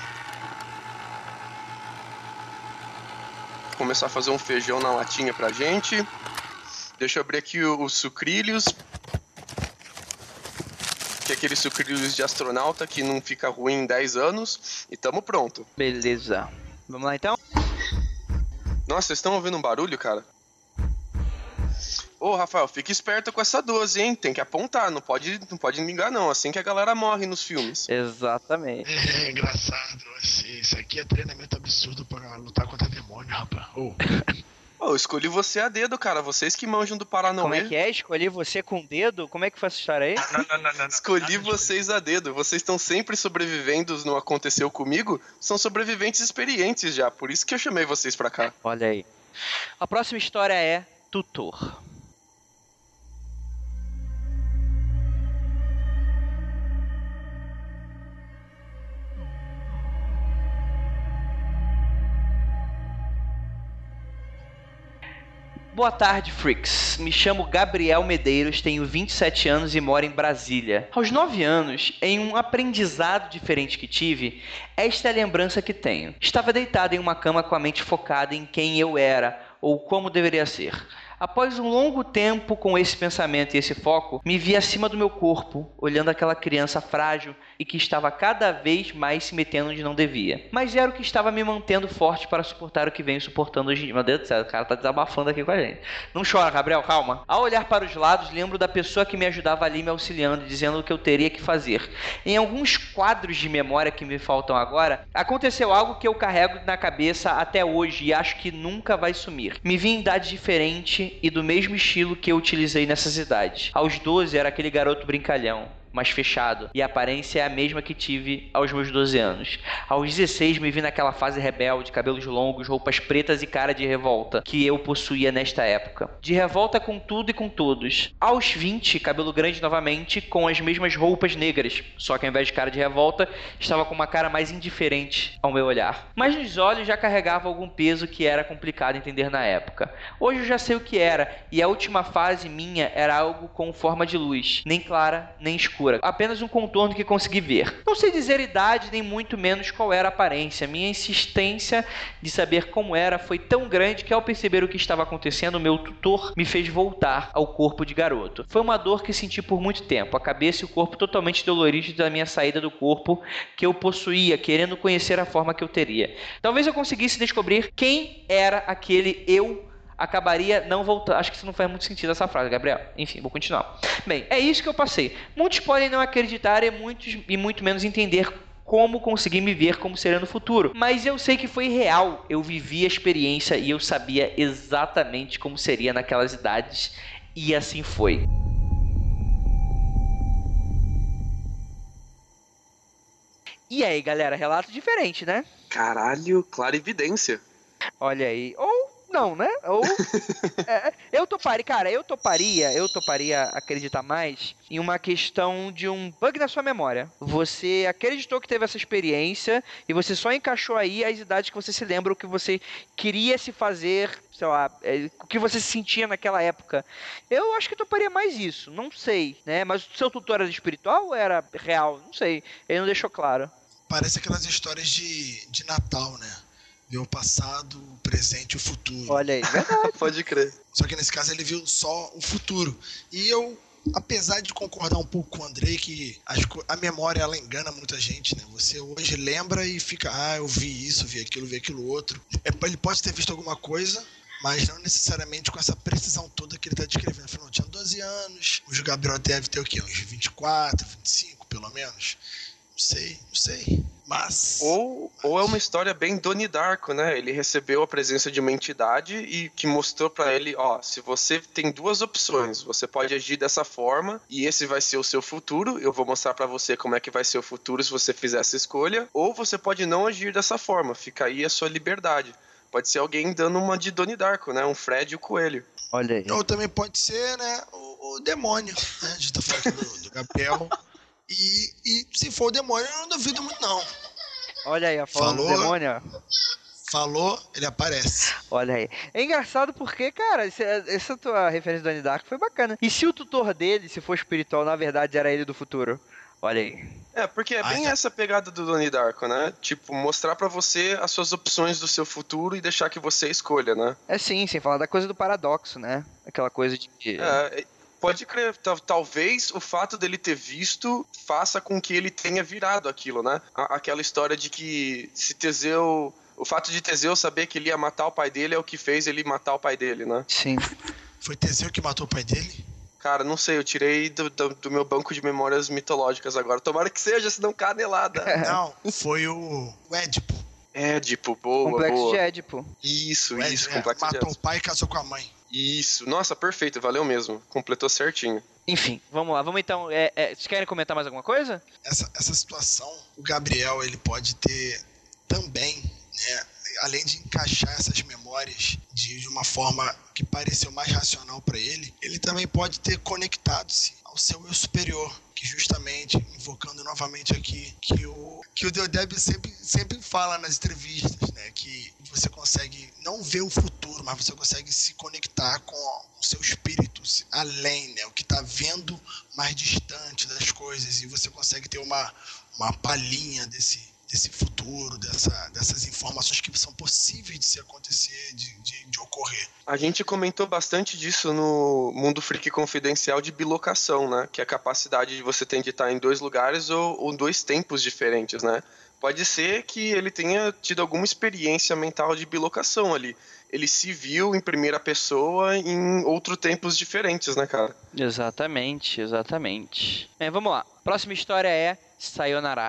Começar a fazer um feijão na latinha pra gente. Deixa eu abrir aqui os sucrilhos. Que é aquele sucrilhos de astronauta que não fica ruim em 10 anos. E tamo pronto. Beleza. Vamos lá, então? Nossa, vocês estão ouvindo um barulho, cara? Ô, Rafael, fica esperto com essa 12, hein? Tem que apontar, não pode me enganar, não. Assim que a galera morre nos filmes. Exatamente. É engraçado. Isso aqui é treinamento absurdo pra lutar contra demônio, rapaz. Eu escolhi você a dedo, cara. Vocês que manjam do Paranauê. Como é que é? Escolhi você com o dedo? Como é que foi essa história aí? Não. Escolhi vocês a dedo. Vocês estão sempre sobrevivendo, não aconteceu comigo. São sobreviventes experientes já. Por isso que eu chamei vocês pra cá. Olha aí. A próxima história é Tutor. Boa tarde, freaks. Me chamo Gabriel Medeiros, tenho 27 anos e moro em Brasília. Aos 9 anos, em um aprendizado diferente que tive, esta é a lembrança que tenho. Estava deitado em uma cama com a mente focada em quem eu era, ou como deveria ser. Após um longo tempo com esse pensamento e esse foco, me vi acima do meu corpo, olhando aquela criança frágil e que estava cada vez mais se metendo onde não devia. Mas era o que estava me mantendo forte para suportar o que venho suportando hoje em dia. Meu Deus do céu, o cara tá desabafando aqui com a gente. Não chora, Gabriel, calma. Ao olhar para os lados, lembro da pessoa que me ajudava ali me auxiliando, dizendo o que eu teria que fazer. Em alguns quadros de memória que me faltam agora, aconteceu algo que eu carrego na cabeça até hoje e acho que nunca vai sumir. Me vi em idade diferente e do mesmo estilo que eu utilizei nessas idades. Aos 12 era aquele garoto brincalhão, mais fechado, e a aparência é a mesma que tive aos meus 12 anos. Aos 16 me vi naquela fase rebelde, cabelos longos, roupas pretas e cara de revolta, que eu possuía nesta época. De revolta com tudo e com todos. Aos 20, cabelo grande novamente, com as mesmas roupas negras, só que ao invés de cara de revolta, estava com uma cara mais indiferente ao meu olhar. Mas nos olhos já carregava algum peso que era complicado entender na época. Hoje eu já sei o que era, e a última fase minha era algo com forma de luz, nem clara, nem escura. Apenas um contorno que consegui ver. Não sei dizer idade, nem muito menos qual era a aparência. Minha insistência de saber como era foi tão grande que ao perceber o que estava acontecendo, meu tutor me fez voltar ao corpo de garoto. Foi uma dor que senti por muito tempo, a cabeça e o corpo totalmente doloridos da minha saída do corpo que eu possuía, querendo conhecer a forma que eu teria. Talvez eu conseguisse descobrir quem era aquele eu acabaria não voltando. Acho que isso não faz muito sentido essa frase, Gabriel. Enfim, vou continuar. Bem, é isso que eu passei. Muitos podem não acreditar e muito menos entender como consegui me ver como seria no futuro. Mas eu sei que foi real. Eu vivi a experiência e eu sabia exatamente como seria naquelas idades. E assim foi. E aí, galera? Relato diferente, né? Caralho, clara evidência. Olha aí. Ou não, né? Ou eu toparia acreditar mais em uma questão de um bug na sua memória. Você acreditou que teve essa experiência e você só encaixou aí as idades que você se lembra, o que você queria se fazer, sei lá, o que você se sentia naquela época. Eu acho que toparia mais isso, não sei, né? Mas o seu tutor era espiritual ou era real? Não sei, ele não deixou claro. Parece aquelas histórias de Natal, né? Ver o passado, o presente e o futuro. Olha aí, verdade. Pode crer. Só que nesse caso ele viu só o futuro. E eu, apesar de concordar um pouco com o Andrei, que a memória ela engana muita gente, né? Você hoje lembra e fica, eu vi isso, vi aquilo outro. Ele pode ter visto alguma coisa, mas não necessariamente com essa precisão toda que ele está descrevendo. Afinal, tinha 12 anos, o Gabriel deve ter o quê? Uns 24, 25 pelo menos? Não sei. Mas... Ou é uma história bem Donnie Darko, né? Ele recebeu a presença de uma entidade e que mostrou pra ele, se você tem duas opções, você pode agir dessa forma e esse vai ser o seu futuro, eu vou mostrar pra você como é que vai ser o futuro se você fizer essa escolha, ou você pode não agir dessa forma, fica aí a sua liberdade. Pode ser alguém dando uma de Donnie Darko, né? Um Fred e o Coelho. Olha aí. Ou também pode ser, né, o demônio, né? A gente tá falando do Gabriel. E se for o demônio, eu não duvido muito, não. Olha aí, a forma do demônio. Falou, ele aparece. Olha aí. É engraçado porque, cara, essa tua referência do Donnie Darko foi bacana. E se o tutor dele, se for espiritual, na verdade era ele do futuro? Olha aí. Porque é bem essa pegada do Donnie Darko, né? Tipo, mostrar pra você as suas opções do seu futuro e deixar que você escolha, né? Sim, sem falar da coisa do paradoxo, né? Aquela coisa de... Pode crer, talvez o fato dele ter visto faça com que ele tenha virado aquilo, né? Aquela história de que o fato de Teseu saber que ele ia matar o pai dele é o que fez ele matar o pai dele, né? Sim. Foi Teseu que matou o pai dele? Cara, não sei, eu tirei do meu banco de memórias mitológicas agora. Tomara que seja, senão canelada. Não, foi o Édipo. Édipo, boa, Complexo boa. de Édipo. Isso, Complexo de Édipo. matou o pai e casou com a mãe. Isso, nossa, perfeito, valeu mesmo. Completou certinho. Enfim, vamos lá. Vamos então. Vocês querem comentar mais alguma coisa? Essa situação, o Gabriel, ele pode ter também, né, além de encaixar essas memórias de uma forma que pareceu mais racional para ele também pode ter conectado-se ao seu eu superior, que justamente, invocando novamente aqui, que o Deodeb sempre fala nas entrevistas, né, que você consegue não ver o futuro, mas você consegue se conectar com o seu espírito além, né, o que está vendo mais distante das coisas, e você consegue ter uma palhinha desse futuro, dessas informações que são possíveis de se acontecer, de ocorrer. A gente comentou bastante disso no Mundo Freak Confidencial de bilocação, né? Que é a capacidade de você ter de estar em dois lugares ou dois tempos diferentes, né? Pode ser que ele tenha tido alguma experiência mental de bilocação ali. Ele se viu em primeira pessoa em outros tempos diferentes, né, cara? Exatamente. Vamos lá. Próxima história é Sayonara.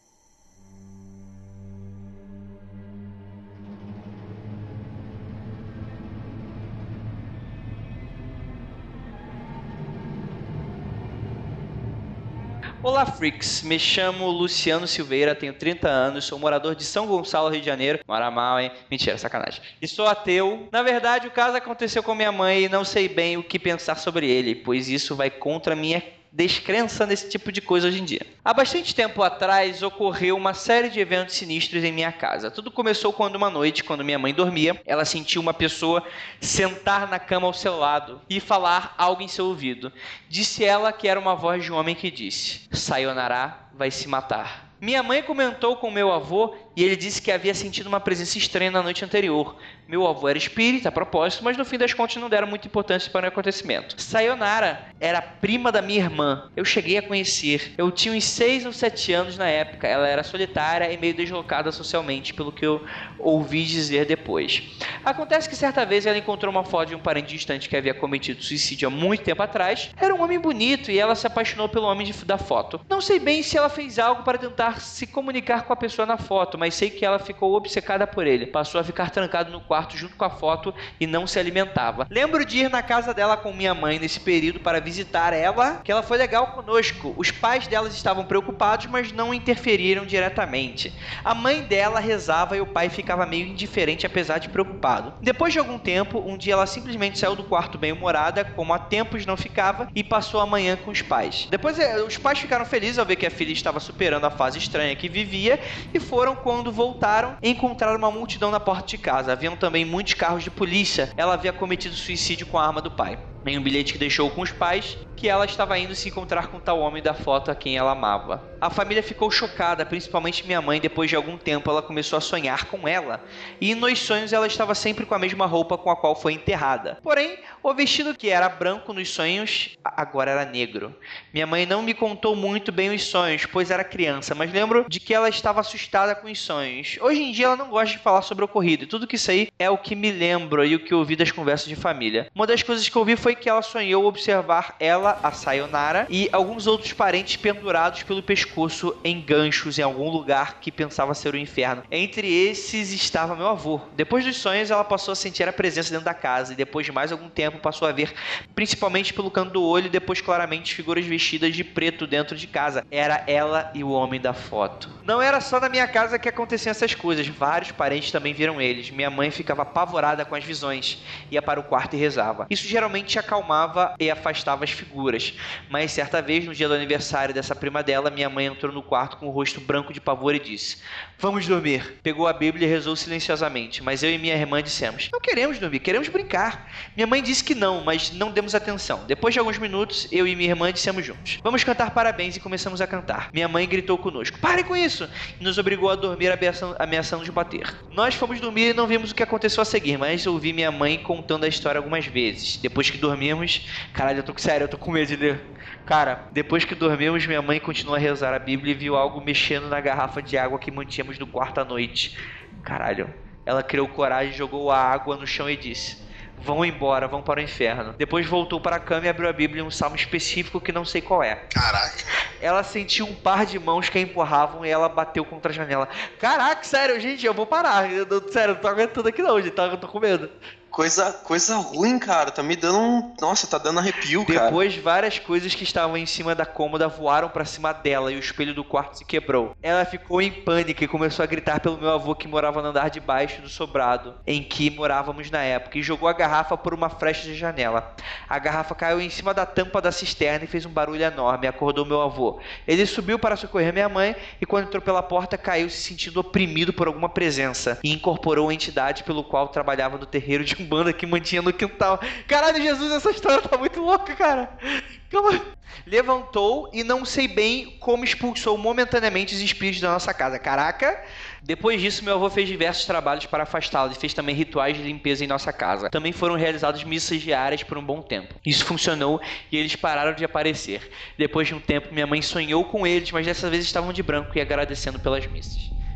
Olá, freaks. Me chamo Luciano Silveira, tenho 30 anos, sou morador de São Gonçalo, Rio de Janeiro. Mora mal, hein? Mentira, sacanagem. E sou ateu. Na verdade, o caso aconteceu com minha mãe e não sei bem o que pensar sobre ele, pois isso vai contra a minha descrença nesse tipo de coisa hoje em dia. Há bastante tempo atrás ocorreu uma série de eventos sinistros em minha casa. Tudo começou quando uma noite, quando minha mãe dormia, ela sentiu uma pessoa sentar na cama ao seu lado e falar algo em seu ouvido. Disse ela que era uma voz de um homem que disse: Sayonara vai se matar. Minha mãe comentou com meu avô e ele disse que havia sentido uma presença estranha na noite anterior. Meu avô era espírita, a propósito, mas no fim das contas não deram muita importância para o acontecimento. Sayonara era prima da minha irmã. Eu cheguei a conhecer. Eu tinha uns 6 ou 7 anos na época. Ela era solitária e meio deslocada socialmente, pelo que eu ouvi dizer depois. Acontece que certa vez ela encontrou uma foto de um parente distante que havia cometido suicídio há muito tempo atrás. Era um homem bonito e ela se apaixonou pelo homem da foto. Não sei bem se ela fez algo para tentar se comunicar com a pessoa na foto, mas sei que ela ficou obcecada por ele. Passou a ficar trancado no quarto junto com a foto e não se alimentava. Lembro de ir na casa dela com minha mãe nesse período para visitar ela, que ela foi legal conosco. Os pais delas estavam preocupados, mas não interferiram diretamente. A mãe dela rezava e o pai ficava meio indiferente, apesar de preocupado. Depois de algum tempo, um dia ela simplesmente saiu do quarto bem-humorada, como há tempos não ficava, e passou a manhã com os pais. Depois, os pais ficaram felizes ao ver que a filha estava superando a fase estranha que vivia, e foram, quando voltaram, encontrar uma multidão na porta de casa. Haviam também muitos carros de polícia. Ela havia cometido suicídio com a arma do pai. Em um bilhete que deixou com os pais, que ela estava indo se encontrar com tal homem da foto a quem ela amava. A família ficou chocada, principalmente minha mãe. Depois de algum tempo ela começou a sonhar com ela, e nos sonhos ela estava sempre com a mesma roupa com a qual foi enterrada. Porém, o vestido que era branco nos sonhos, agora era negro. Minha mãe não me contou muito bem os sonhos, pois era criança, mas lembro de que ela estava assustada com os sonhos. Hoje em dia ela não gosta de falar sobre o ocorrido, e tudo que sei é o que me lembro e o que ouvi das conversas de família. Uma das coisas que eu ouvi foi que ela sonhou observar ela, a Sayonara, e alguns outros parentes pendurados pelo pescoço em ganchos em algum lugar que pensava ser o inferno. Entre esses estava meu avô. Depois dos sonhos, ela passou a sentir a presença dentro da casa, e depois de mais algum tempo passou a ver, principalmente pelo canto do olho, e depois claramente figuras vestidas de preto dentro de casa. Era ela e o homem da foto. Não era só na minha casa que aconteciam essas coisas, vários parentes também viram eles. Minha mãe ficava apavorada com as visões, ia para o quarto e rezava. Isso geralmente acalmava e afastava as figuras, mas certa vez, no dia do aniversário dessa prima dela, minha mãe entrou no quarto com o rosto branco de pavor e disse: "Vamos dormir." Pegou a Bíblia e rezou silenciosamente, mas eu e minha irmã dissemos: "Não queremos dormir, queremos brincar." Minha mãe disse que não, mas não demos atenção. Depois de alguns minutos, eu e minha irmã dissemos juntos: "Vamos cantar parabéns", e começamos a cantar. Minha mãe gritou conosco: "Pare com isso!" e nos obrigou a dormir, ameaçando de bater. Nós fomos dormir e não vimos o que aconteceu a seguir, mas ouvi minha mãe contando a história algumas vezes. Depois que dormimos... Caralho, eu tô com medo de ler. Cara, depois que dormimos, minha mãe continuou a rezar a Bíblia e viu algo mexendo na garrafa de água que mantínhamos no quarto à noite. Caralho. Ela criou coragem, jogou a água no chão e disse: Vão embora, vão para o inferno. Depois voltou para a cama e abriu a Bíblia em um salmo específico que não sei qual é. Caraca. Ela sentiu um par de mãos que a empurravam e ela bateu contra a janela. Caraca, sério, gente, eu vou parar. Sério, não tô aguentando aqui não, gente, eu tô com medo. Coisa ruim, cara. Tá me dando Nossa, tá dando arrepio, cara. Depois, várias coisas que estavam em cima da cômoda voaram pra cima dela e o espelho do quarto se quebrou. Ela ficou em pânico e começou a gritar pelo meu avô que morava no andar de baixo do sobrado em que morávamos na época e jogou a garrafa por uma frecha de janela. A garrafa caiu em cima da tampa da cisterna e fez um barulho enorme. Acordou meu avô. Ele subiu para socorrer minha mãe e quando entrou pela porta caiu se sentindo oprimido por alguma presença e incorporou a entidade pelo qual trabalhava no terreiro de Umbanda que mantinha no quintal. Caralho, Jesus, essa história tá muito louca, cara. Calma. Levantou e não sei bem como expulsou momentaneamente os espíritos da nossa casa. Caraca. Depois disso, meu avô fez diversos trabalhos para afastá-los e fez também rituais de limpeza em nossa casa. Também foram realizadas missas diárias por um bom tempo. Isso funcionou e eles pararam de aparecer. Depois de um tempo, minha mãe sonhou com eles, mas dessa vez estavam de branco e agradecendo pelas missas.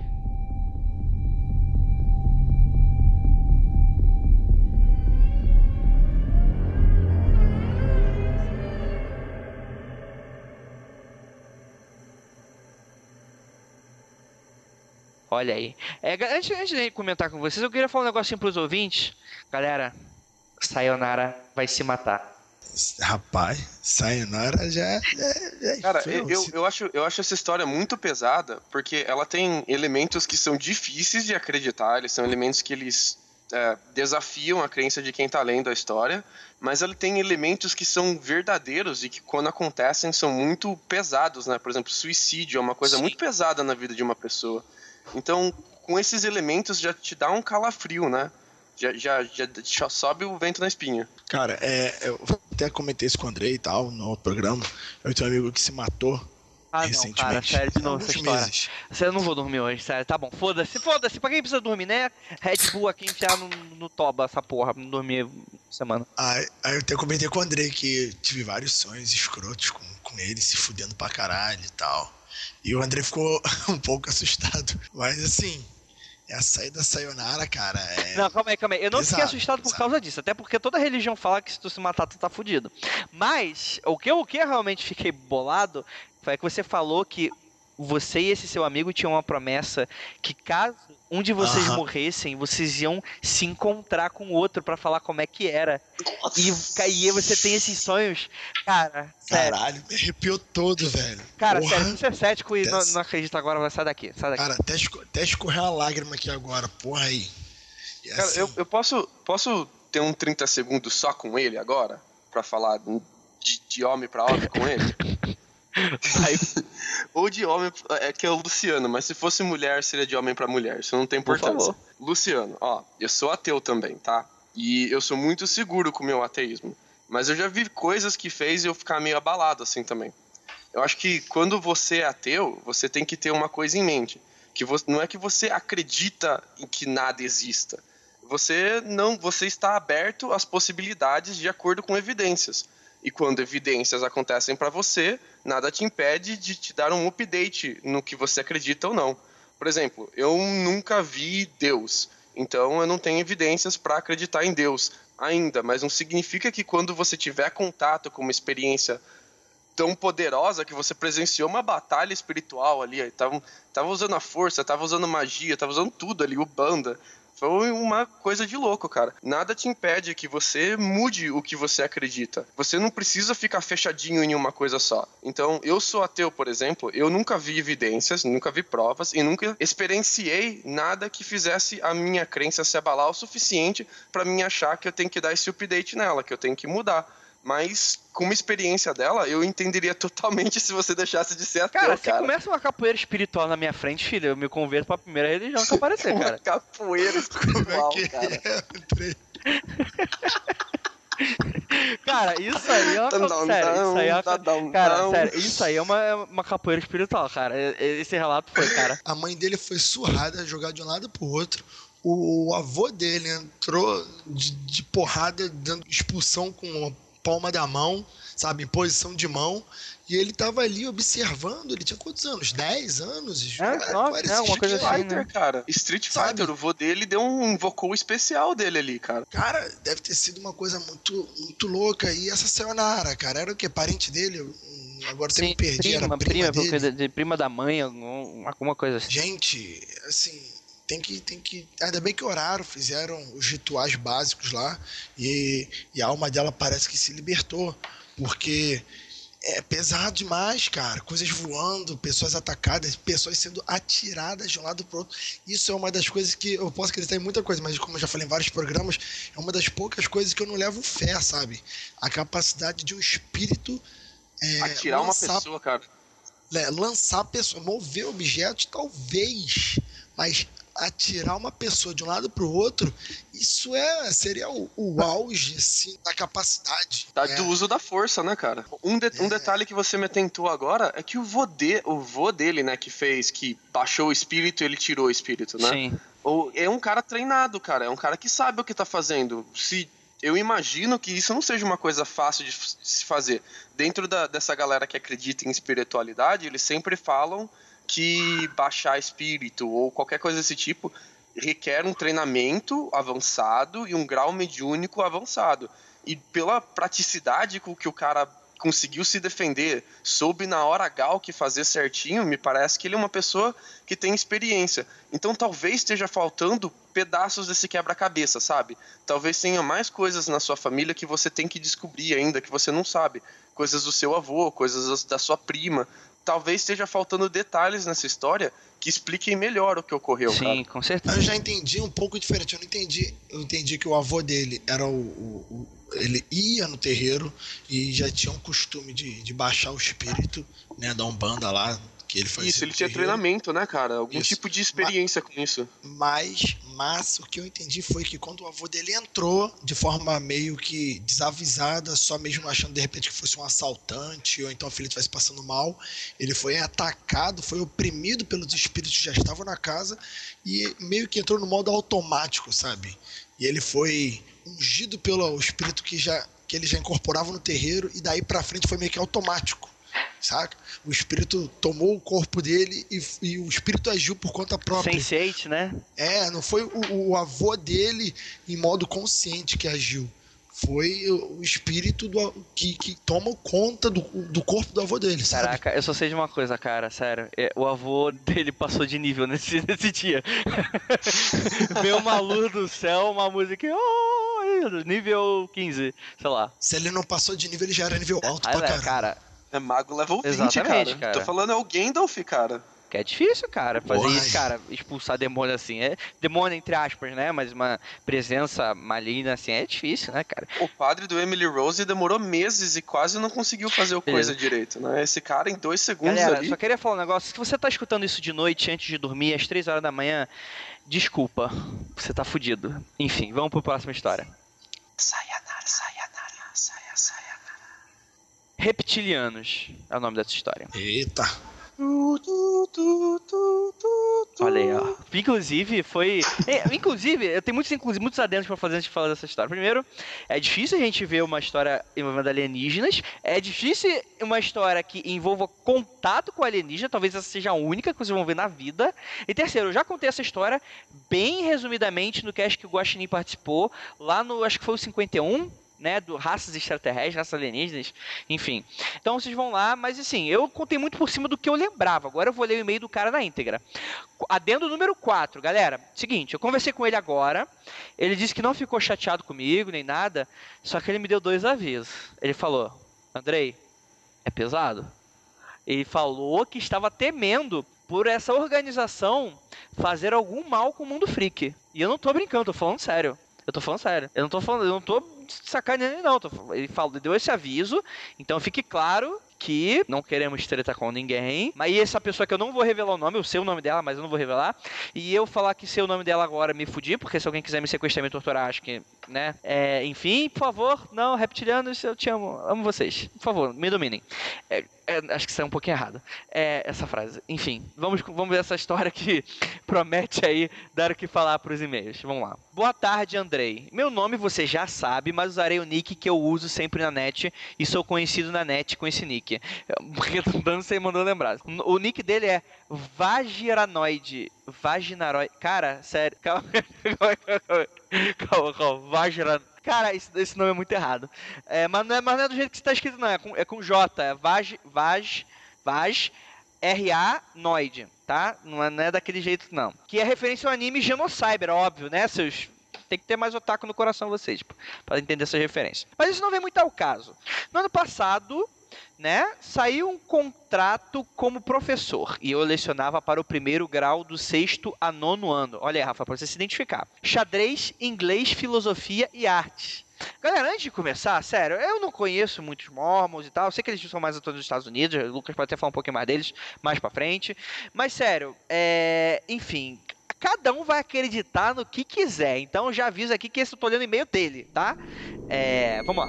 Olha aí. Antes de comentar com vocês, eu queria falar um negocinho pros ouvintes. Galera, Sayonara vai se matar. Rapaz, Sayonara já é cara, eu acho essa história muito pesada, porque ela tem elementos que são difíceis de acreditar, eles são elementos que eles desafiam a crença de quem tá lendo a história, mas ela tem elementos que são verdadeiros e que quando acontecem são muito pesados, né? Por exemplo, suicídio é uma coisa muito pesada na vida de uma pessoa. Então, com esses elementos já te dá um calafrio, né? Já sobe o vento na espinha. Cara, eu até comentei isso com o Andrei e tal, no outro programa. Eu tenho um amigo que se matou recentemente. Não, cara, sério, de novo essa história. Sério, eu não vou dormir hoje, sério, tá bom. Foda-se, pra quem precisa dormir, né? Red Bull aqui enfiar no toba essa porra, não dormir semana. Aí eu até comentei com o Andrei que tive vários sonhos escrotos com ele, se fudendo pra caralho e tal. E o André ficou um pouco assustado. Mas assim, a saída da Sayonara, cara, Não, calma aí. Eu não fiquei assustado por pesado. causa disso. Até porque toda religião fala que se tu se matar, tu tá fudido. Mas, o que eu realmente fiquei bolado foi que você falou que você e esse seu amigo tinham uma promessa que caso um de vocês morressem, vocês iam se encontrar com o outro pra falar como é que era. E aí você tem esses sonhos, cara, sério. Caralho, me arrepiou todo, velho. Cara, porra, sério, se você é cético e não acredita agora, vai sair daqui. Cara, até escorreu a lágrima aqui agora, porra aí. E cara, assim, eu posso ter um 30 segundos só com ele agora? Pra falar de homem pra homem com ele? Ou de homem, que é o Luciano, mas se fosse mulher, seria de homem pra mulher. Isso não tem importância. Luciano, ó, eu sou ateu também, tá? E eu sou muito seguro com o meu ateísmo. Mas eu já vi coisas que fez eu ficar meio abalado assim também. Eu acho que quando você é ateu, você tem que ter uma coisa em mente. Que não é que você acredita em que nada exista. Você está aberto às possibilidades de acordo com evidências. E quando evidências acontecem para você, nada te impede de te dar um update no que você acredita ou não. Por exemplo, eu nunca vi Deus, então eu não tenho evidências para acreditar em Deus ainda, mas não significa que quando você tiver contato com uma experiência tão poderosa que você presenciou uma batalha espiritual ali, tava usando a força, tava usando magia, tava usando tudo ali, Umbanda. Foi uma coisa de louco, cara. Nada te impede que você mude o que você acredita. Você não precisa ficar fechadinho em uma coisa só. Então, eu sou ateu, por exemplo, eu nunca vi evidências, nunca vi provas e nunca experienciei nada que fizesse a minha crença se abalar o suficiente pra mim achar que eu tenho que dar esse update nela, que eu tenho que mudar. Mas, com uma experiência dela, eu entenderia totalmente se você deixasse de ser ateu, cara. Se começa uma capoeira espiritual na minha frente, filho, eu me converto pra primeira religião que aparecer, cara. Uma capoeira espiritual, cara. Cara, isso aí é uma isso aí é uma capoeira espiritual, cara. Esse relato foi, cara. A mãe dele foi surrada, jogada de um lado pro outro. O avô dele entrou de porrada, dando expulsão com palma da mão, sabe, em posição de mão. E ele tava ali observando, ele tinha quantos anos? 10 anos? Uma coisa assim, né? Cara. Street Fighter, o vô dele invocou o especial dele ali, cara. Cara, deve ter sido uma coisa muito, muito louca. E essa Sayonara, cara, era o quê? Parente dele? Agora até me perdi, era prima dele. Prima da mãe, alguma coisa assim. Gente, assim, tem que... Ainda bem que oraram, fizeram os rituais básicos lá. E a alma dela parece que se libertou. Porque... é pesado demais, cara. Coisas voando, pessoas atacadas, pessoas sendo atiradas de um lado pro outro. Isso é uma das coisas que eu posso acreditar em muita coisa, mas como eu já falei em vários programas, é uma das poucas coisas que eu não levo fé, sabe? A capacidade de um espírito atirar uma pessoa, cara. Lançar a pessoa, mover objetos, talvez, mas atirar uma pessoa de um lado pro outro, isso seria o auge, assim, da capacidade. Do uso da força, né, cara? Um detalhe que você me atentou agora é que o vô dele, né, que baixou o espírito e ele tirou o espírito, né? Sim. É um cara treinado, cara. É um cara que sabe o que tá fazendo. Eu imagino que isso não seja uma coisa fácil de se fazer. Dentro dessa galera que acredita em espiritualidade, eles sempre falam que baixar espírito ou qualquer coisa desse tipo requer um treinamento avançado e um grau mediúnico avançado. E pela praticidade com que o cara conseguiu se defender, soube na hora H o que fazer certinho, me parece que ele é uma pessoa que tem experiência. Então talvez esteja faltando pedaços desse quebra-cabeça, sabe? Talvez tenha mais coisas na sua família que você tem que descobrir ainda, que você não sabe. Coisas do seu avô, coisas da sua prima. Talvez esteja faltando detalhes nessa história que expliquem melhor o que ocorreu. Sim, cara. com certeza. Eu já entendi um pouco diferente. Eu entendi que o avô dele era ele ia no terreiro e já tinha um costume de baixar o espírito, né, da Umbanda lá, que ele fazia. Isso, ele tinha treinamento, né, cara? Algum tipo de experiência com isso. Mas o que eu entendi foi que quando o avô dele entrou de forma meio que desavisada, só mesmo achando de repente que fosse um assaltante ou então a filha estivesse passando mal, ele foi atacado, foi oprimido pelos espíritos que já estavam na casa e meio que entrou no modo automático, sabe? E ele foi ungido pelo espírito que ele já incorporava no terreiro e daí pra frente foi meio que automático. Saca? O espírito tomou o corpo dele e o espírito agiu por conta própria. Sense8, né? Não foi o avô dele em modo consciente que agiu. Foi o espírito que toma conta do corpo do avô dele, sabe? Caraca, eu só sei de uma coisa, cara, sério. O avô dele passou de nível nesse dia. Veio uma luz do céu, uma música... nível 15, sei lá. Se ele não passou de nível, ele já era nível alto pra caramba. Cara, é mago level 20, exatamente, cara. Tô falando é o Gandalf, cara. Que é difícil, cara, fazer isso, cara. Expulsar demônio assim. É demônio, entre aspas, né? Mas uma presença maligna assim é difícil, né, cara? O padre do Emily Rose demorou meses e quase não conseguiu fazer coisa direito, né? Esse cara em 2 segundos. Galera, ali... só queria falar um negócio. Se você tá escutando isso de noite, antes de dormir, às 3 horas da manhã, desculpa. Você tá fudido. Enfim, vamos pro próxima história. Sayonara. Reptilianos é o nome dessa história. Eita. Olha aí, ó. Inclusive, eu tenho muitos adendos pra fazer antes de falar dessa história. Primeiro, é difícil a gente ver uma história envolvendo alienígenas. É difícil uma história que envolva contato com alienígena. Talvez essa seja a única que vocês vão ver na vida. E terceiro, eu já contei essa história bem resumidamente no cast que o Guaxinim participou. Lá no, acho que foi o 51. Né, do raças extraterrestres, raças alienígenas, enfim. Então vocês vão lá, mas assim, eu contei muito por cima do que eu lembrava. Agora eu vou ler o e-mail do cara na íntegra. Adendo número 4, galera. Seguinte, eu conversei com ele agora. Ele disse que não ficou chateado comigo, nem nada. Só que ele me deu 2 avisos. Ele falou: Andrei, é pesado? Ele falou que estava temendo por essa organização fazer algum mal com o mundo freak. E eu não tô brincando, tô falando sério. Eu não tô sacaneando ele não. Ele deu esse aviso, então fique claro que não queremos treta com ninguém. Mas essa pessoa que eu não vou revelar o nome, eu sei o nome dela, mas eu não vou revelar. E eu falar que sei o nome dela agora me fudi, porque se alguém quiser me sequestrar e me torturar, acho que né? Enfim, por favor, não, reptilianos, eu te amo vocês. Por favor, me dominem. Acho que isso é um pouquinho errado, essa frase. Enfim, vamos ver essa história que promete aí dar o que falar pros e-mails. Vamos lá. Boa tarde, Andrei. Meu nome você já sabe, mas usarei o nick que eu uso sempre na net e sou conhecido na net com esse nick. Redundância, mandou lembrar. O nick dele é Vagiranoide. Vaginaroide. Cara, sério. Calma. Vagiranoide. Cara, esse nome é muito errado. Mas não é do jeito que está escrito, não. É com J. É Vag, R-A-Noide, tá? Não é daquele jeito, não. Que é referência ao anime Genocyber, óbvio, né, seus... Tem que ter mais otaku no coração vocês, para entender essa referência. Mas isso não vem muito ao caso. No ano passado, né, saiu um contrato como professor e eu lecionava para o 1º grau do 6º a 9º ano. Olha aí, Rafa, para você se identificar. Xadrez, inglês, filosofia e artes. Galera, antes de começar, sério, eu não conheço muitos mormons e tal, eu sei que eles são mais atores dos Estados Unidos, o Lucas pode até falar um pouquinho mais deles mais pra frente, mas sério, enfim, cada um vai acreditar no que quiser, então eu já aviso aqui que esse eu tô olhando o e-mail dele, tá? Vamos lá.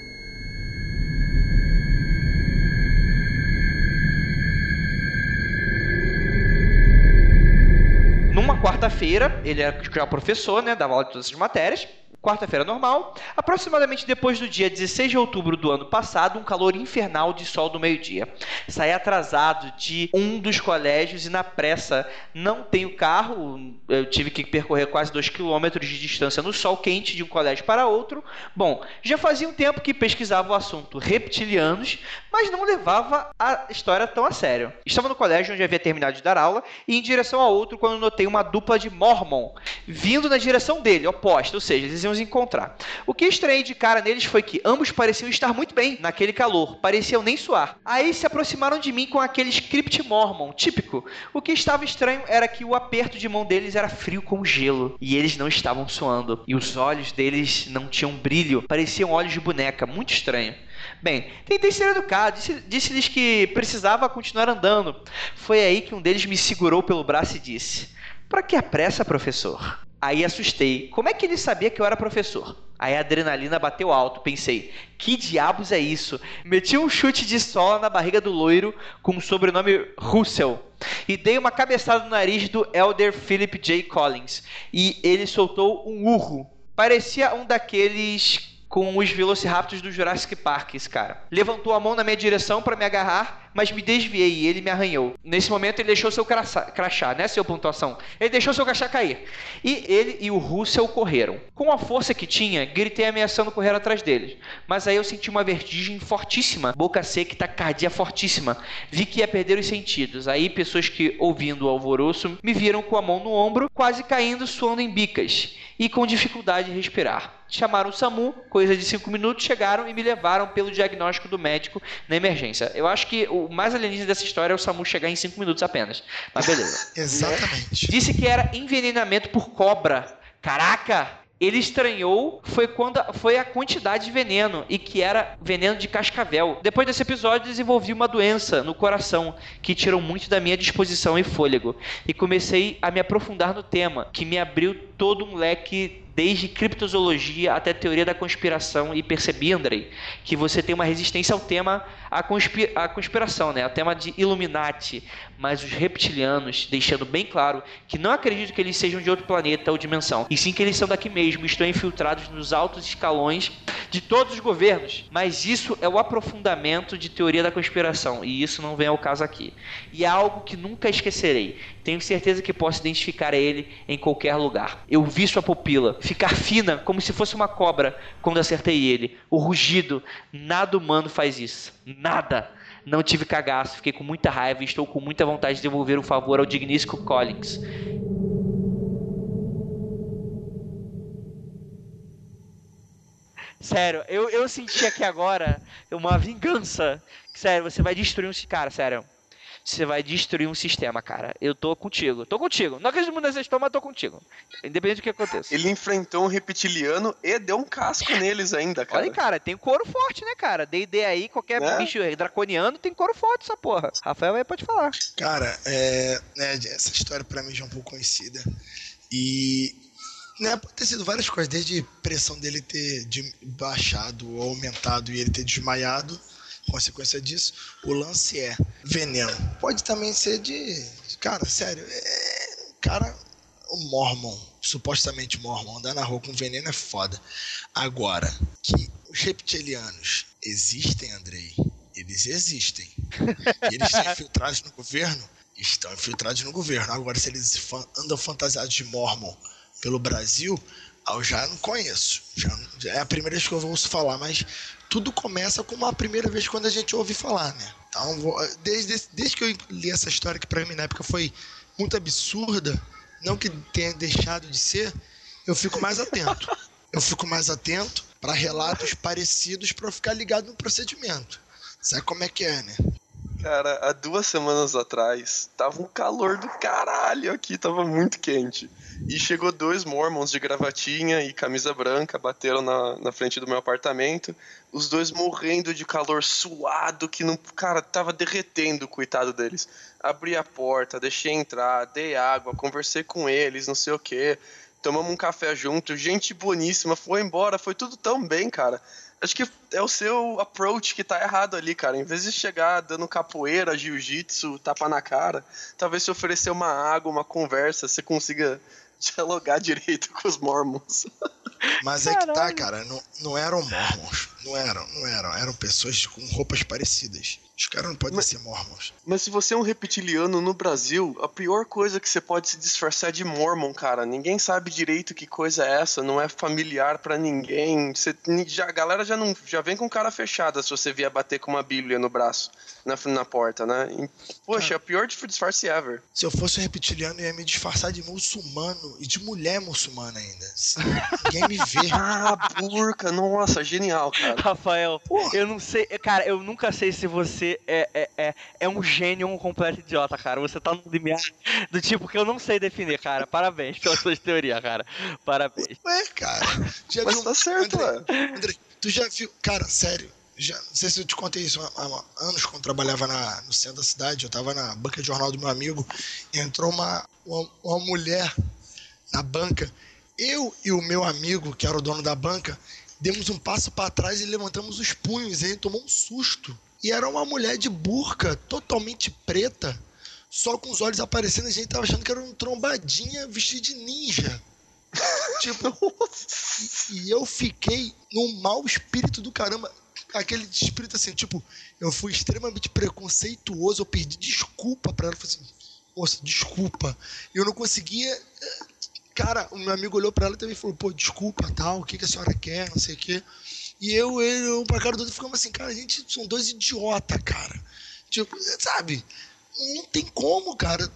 Numa quarta-feira, ele era já professor, né, dava aula de todas essas matérias. Quarta-feira normal, aproximadamente depois do dia 16 de outubro do ano passado, um calor infernal de sol do meio-dia. Saí atrasado de um dos colégios e na pressa não tenho carro, eu tive que percorrer quase 2 quilômetros de distância no sol quente de um colégio para outro. Bom, já fazia um tempo que pesquisava o assunto reptilianos, mas não levava a história tão a sério. Estava no colégio onde havia terminado de dar aula e em direção a outro quando notei uma dupla de mormon vindo na direção dele, oposta, ou seja, eles iam encontrar. O que estranhei de cara neles foi que ambos pareciam estar muito bem naquele calor, pareciam nem suar. Aí se aproximaram de mim com aquele script mormon típico. O que estava estranho era que o aperto de mão deles era frio como gelo e eles não estavam suando e os olhos deles não tinham brilho, pareciam olhos de boneca, muito estranho. Bem, tentei ser educado, disse-lhes que precisava continuar andando. Foi aí que um deles me segurou pelo braço e disse: "Pra que a pressa, professor?" Aí assustei. Como é que ele sabia que eu era professor? Aí a adrenalina bateu alto. Pensei, que diabos é isso? Meti um chute de sola na barriga do loiro com o sobrenome Russell. E dei uma cabeçada no nariz do Elder Philip J. Collins. E ele soltou um urro. Parecia um daqueles com os Velociraptors do Jurassic Park, esse cara. Levantou a mão na minha direção para me agarrar, mas me desviei e ele me arranhou. Nesse momento ele deixou seu crachá, né, seu pontuação? Ele deixou seu crachá cair. E ele e o Russell correram. Com a força que tinha, gritei ameaçando correr atrás deles. Mas aí eu senti uma vertigem fortíssima, boca seca e taquicardia fortíssima. Vi que ia perder os sentidos. Aí pessoas que, ouvindo o alvoroço, me viram com a mão no ombro, quase caindo, suando em bicas e com dificuldade de respirar. Chamaram o SAMU, coisa de 5 minutos, chegaram e me levaram pelo diagnóstico do médico na emergência. Eu acho que o mais alienígena dessa história é o SAMU chegar em 5 minutos apenas. Mas beleza. Exatamente. Disse que era envenenamento por cobra. Caraca! Ele estranhou foi a quantidade de veneno e que era veneno de cascavel. Depois desse episódio, desenvolvi uma doença no coração que tirou muito da minha disposição e fôlego. E comecei a me aprofundar no tema, que me abriu todo um leque desde criptozoologia até teoria da conspiração e percebi, Andrei, que você tem uma resistência ao tema, a conspiração, né? Ao tema de Illuminati, mas os reptilianos, deixando bem claro que não acredito que eles sejam de outro planeta ou dimensão, e sim que eles são daqui mesmo, estão infiltrados nos altos escalões de todos os governos, mas isso é o aprofundamento de teoria da conspiração, e isso não vem ao caso aqui. E é algo que nunca esquecerei. Tenho certeza que posso identificar ele em qualquer lugar. Eu vi sua pupila ficar fina como se fosse uma cobra quando acertei ele. O rugido, nada humano faz isso. Nada. Não tive cagaço, fiquei com muita raiva e estou com muita vontade de devolver um favor ao digníssimo Collins. Sério, eu senti aqui agora uma vingança. Sério, você vai destruir um... Cara, sério. Você vai destruir um sistema, cara. Eu tô contigo. Não acredito muito nessa história, mas tô contigo. Independente do que aconteça. Ele enfrentou um reptiliano e deu um casco neles ainda, cara. Olha aí, cara, tem couro forte, né, cara? D&D aí, qualquer bicho draconiano tem couro forte, essa porra. Rafael aí pode falar. Cara, essa história pra mim já é um pouco conhecida. E Né, pode ter sido várias coisas, desde pressão dele ter baixado ou aumentado e ele ter desmaiado, consequência disso. O lance é veneno. Pode também ser cara, sério, cara, o Mormon, supostamente Mormon, andar na rua com veneno é foda. Agora, que os reptilianos existem, Andrei, eles existem. E eles estão infiltrados no governo? Estão infiltrados no governo. Agora, se eles andam fantasiados de Mormon pelo Brasil, eu já não conheço. Já é a primeira vez que eu ouço falar, mas tudo começa com uma primeira vez quando a gente ouve falar, né? Então, desde que eu li essa história, que pra mim na época foi muito absurda, não que tenha deixado de ser, eu fico mais atento. Eu fico mais atento para relatos parecidos para eu ficar ligado no procedimento. Sabe como é que é, né? Cara, há 2 semanas atrás, tava um calor do caralho aqui, tava muito quente. E chegou 2 mormons de gravatinha e camisa branca, bateram na frente do meu apartamento. Os 2 morrendo de calor, suado, que não... Cara, tava derretendo, coitado deles. Abri a porta, deixei entrar, dei água, conversei com eles, não sei o quê. Tomamos um café junto, gente boníssima, foi embora, foi tudo tão bem, cara. Acho que é o seu approach que tá errado ali, cara. Em vez de chegar dando capoeira, jiu-jitsu, tapa na cara, talvez se oferecer uma água, uma conversa, você consiga dialogar direito com os mormons. Mas é que tá, cara, não eram mormons. Não eram. Eram pessoas com roupas parecidas. Os caras não podem ser mormons. Mas se você é um reptiliano no Brasil, a pior coisa que você pode se disfarçar é de mormon, cara. Ninguém sabe direito que coisa é essa, não é familiar pra ninguém. A galera já vem com cara fechada se você vier bater com uma bíblia no braço, na porta, né? E, poxa, é o pior disfarce ever. Se eu fosse um reptiliano, eu ia me disfarçar de muçulmano e de mulher muçulmana ainda. Ninguém me vê. Ah, burca, nossa, genial, cara. Rafael, eu não sei, cara, eu nunca sei se você é um gênio ou um completo idiota, cara. Você tá no limiar do tipo que eu não sei definir, cara. Parabéns pelas suas teorias, cara. Parabéns. Ué, cara. Mas tá certo, André, tu já viu, cara, sério. Não sei se eu te contei isso há anos, quando eu trabalhava no centro da cidade. Eu tava na banca de jornal do meu amigo e entrou uma mulher na banca. Eu e o meu amigo, que era o dono da banca, demos um passo para trás e levantamos os punhos. E ele tomou um susto. E era uma mulher de burca, totalmente preta, só com os olhos aparecendo. A gente tava achando que era um trombadinha vestido de ninja. Tipo, e eu fiquei num mau espírito do caramba. Aquele espírito assim, tipo, eu fui extremamente preconceituoso. Eu pedi desculpa pra ela. Eu falei assim, moça, desculpa. Eu não conseguia... Cara, o meu amigo olhou pra ela e também falou, pô, desculpa, tal, o que a senhora quer, não sei o quê. E eu pra cara do outro, ficamos assim, cara, a gente são 2 idiotas, cara. Tipo, sabe? Não tem como, cara.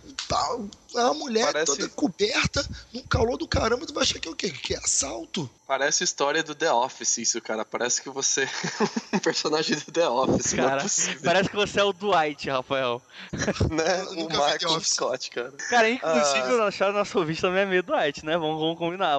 A mulher toda coberta, num calor do caramba, tu vai achar que é o quê? Que é assalto. Parece história do The Office isso, cara. Parece que você é um personagem do The Office, cara, não é possível. Parece que você é o Dwight, Rafael. Né? O Michael Scott, cara. Cara, inclusive o nosso ouvinte também é meio Dwight, né? Vamos combinar,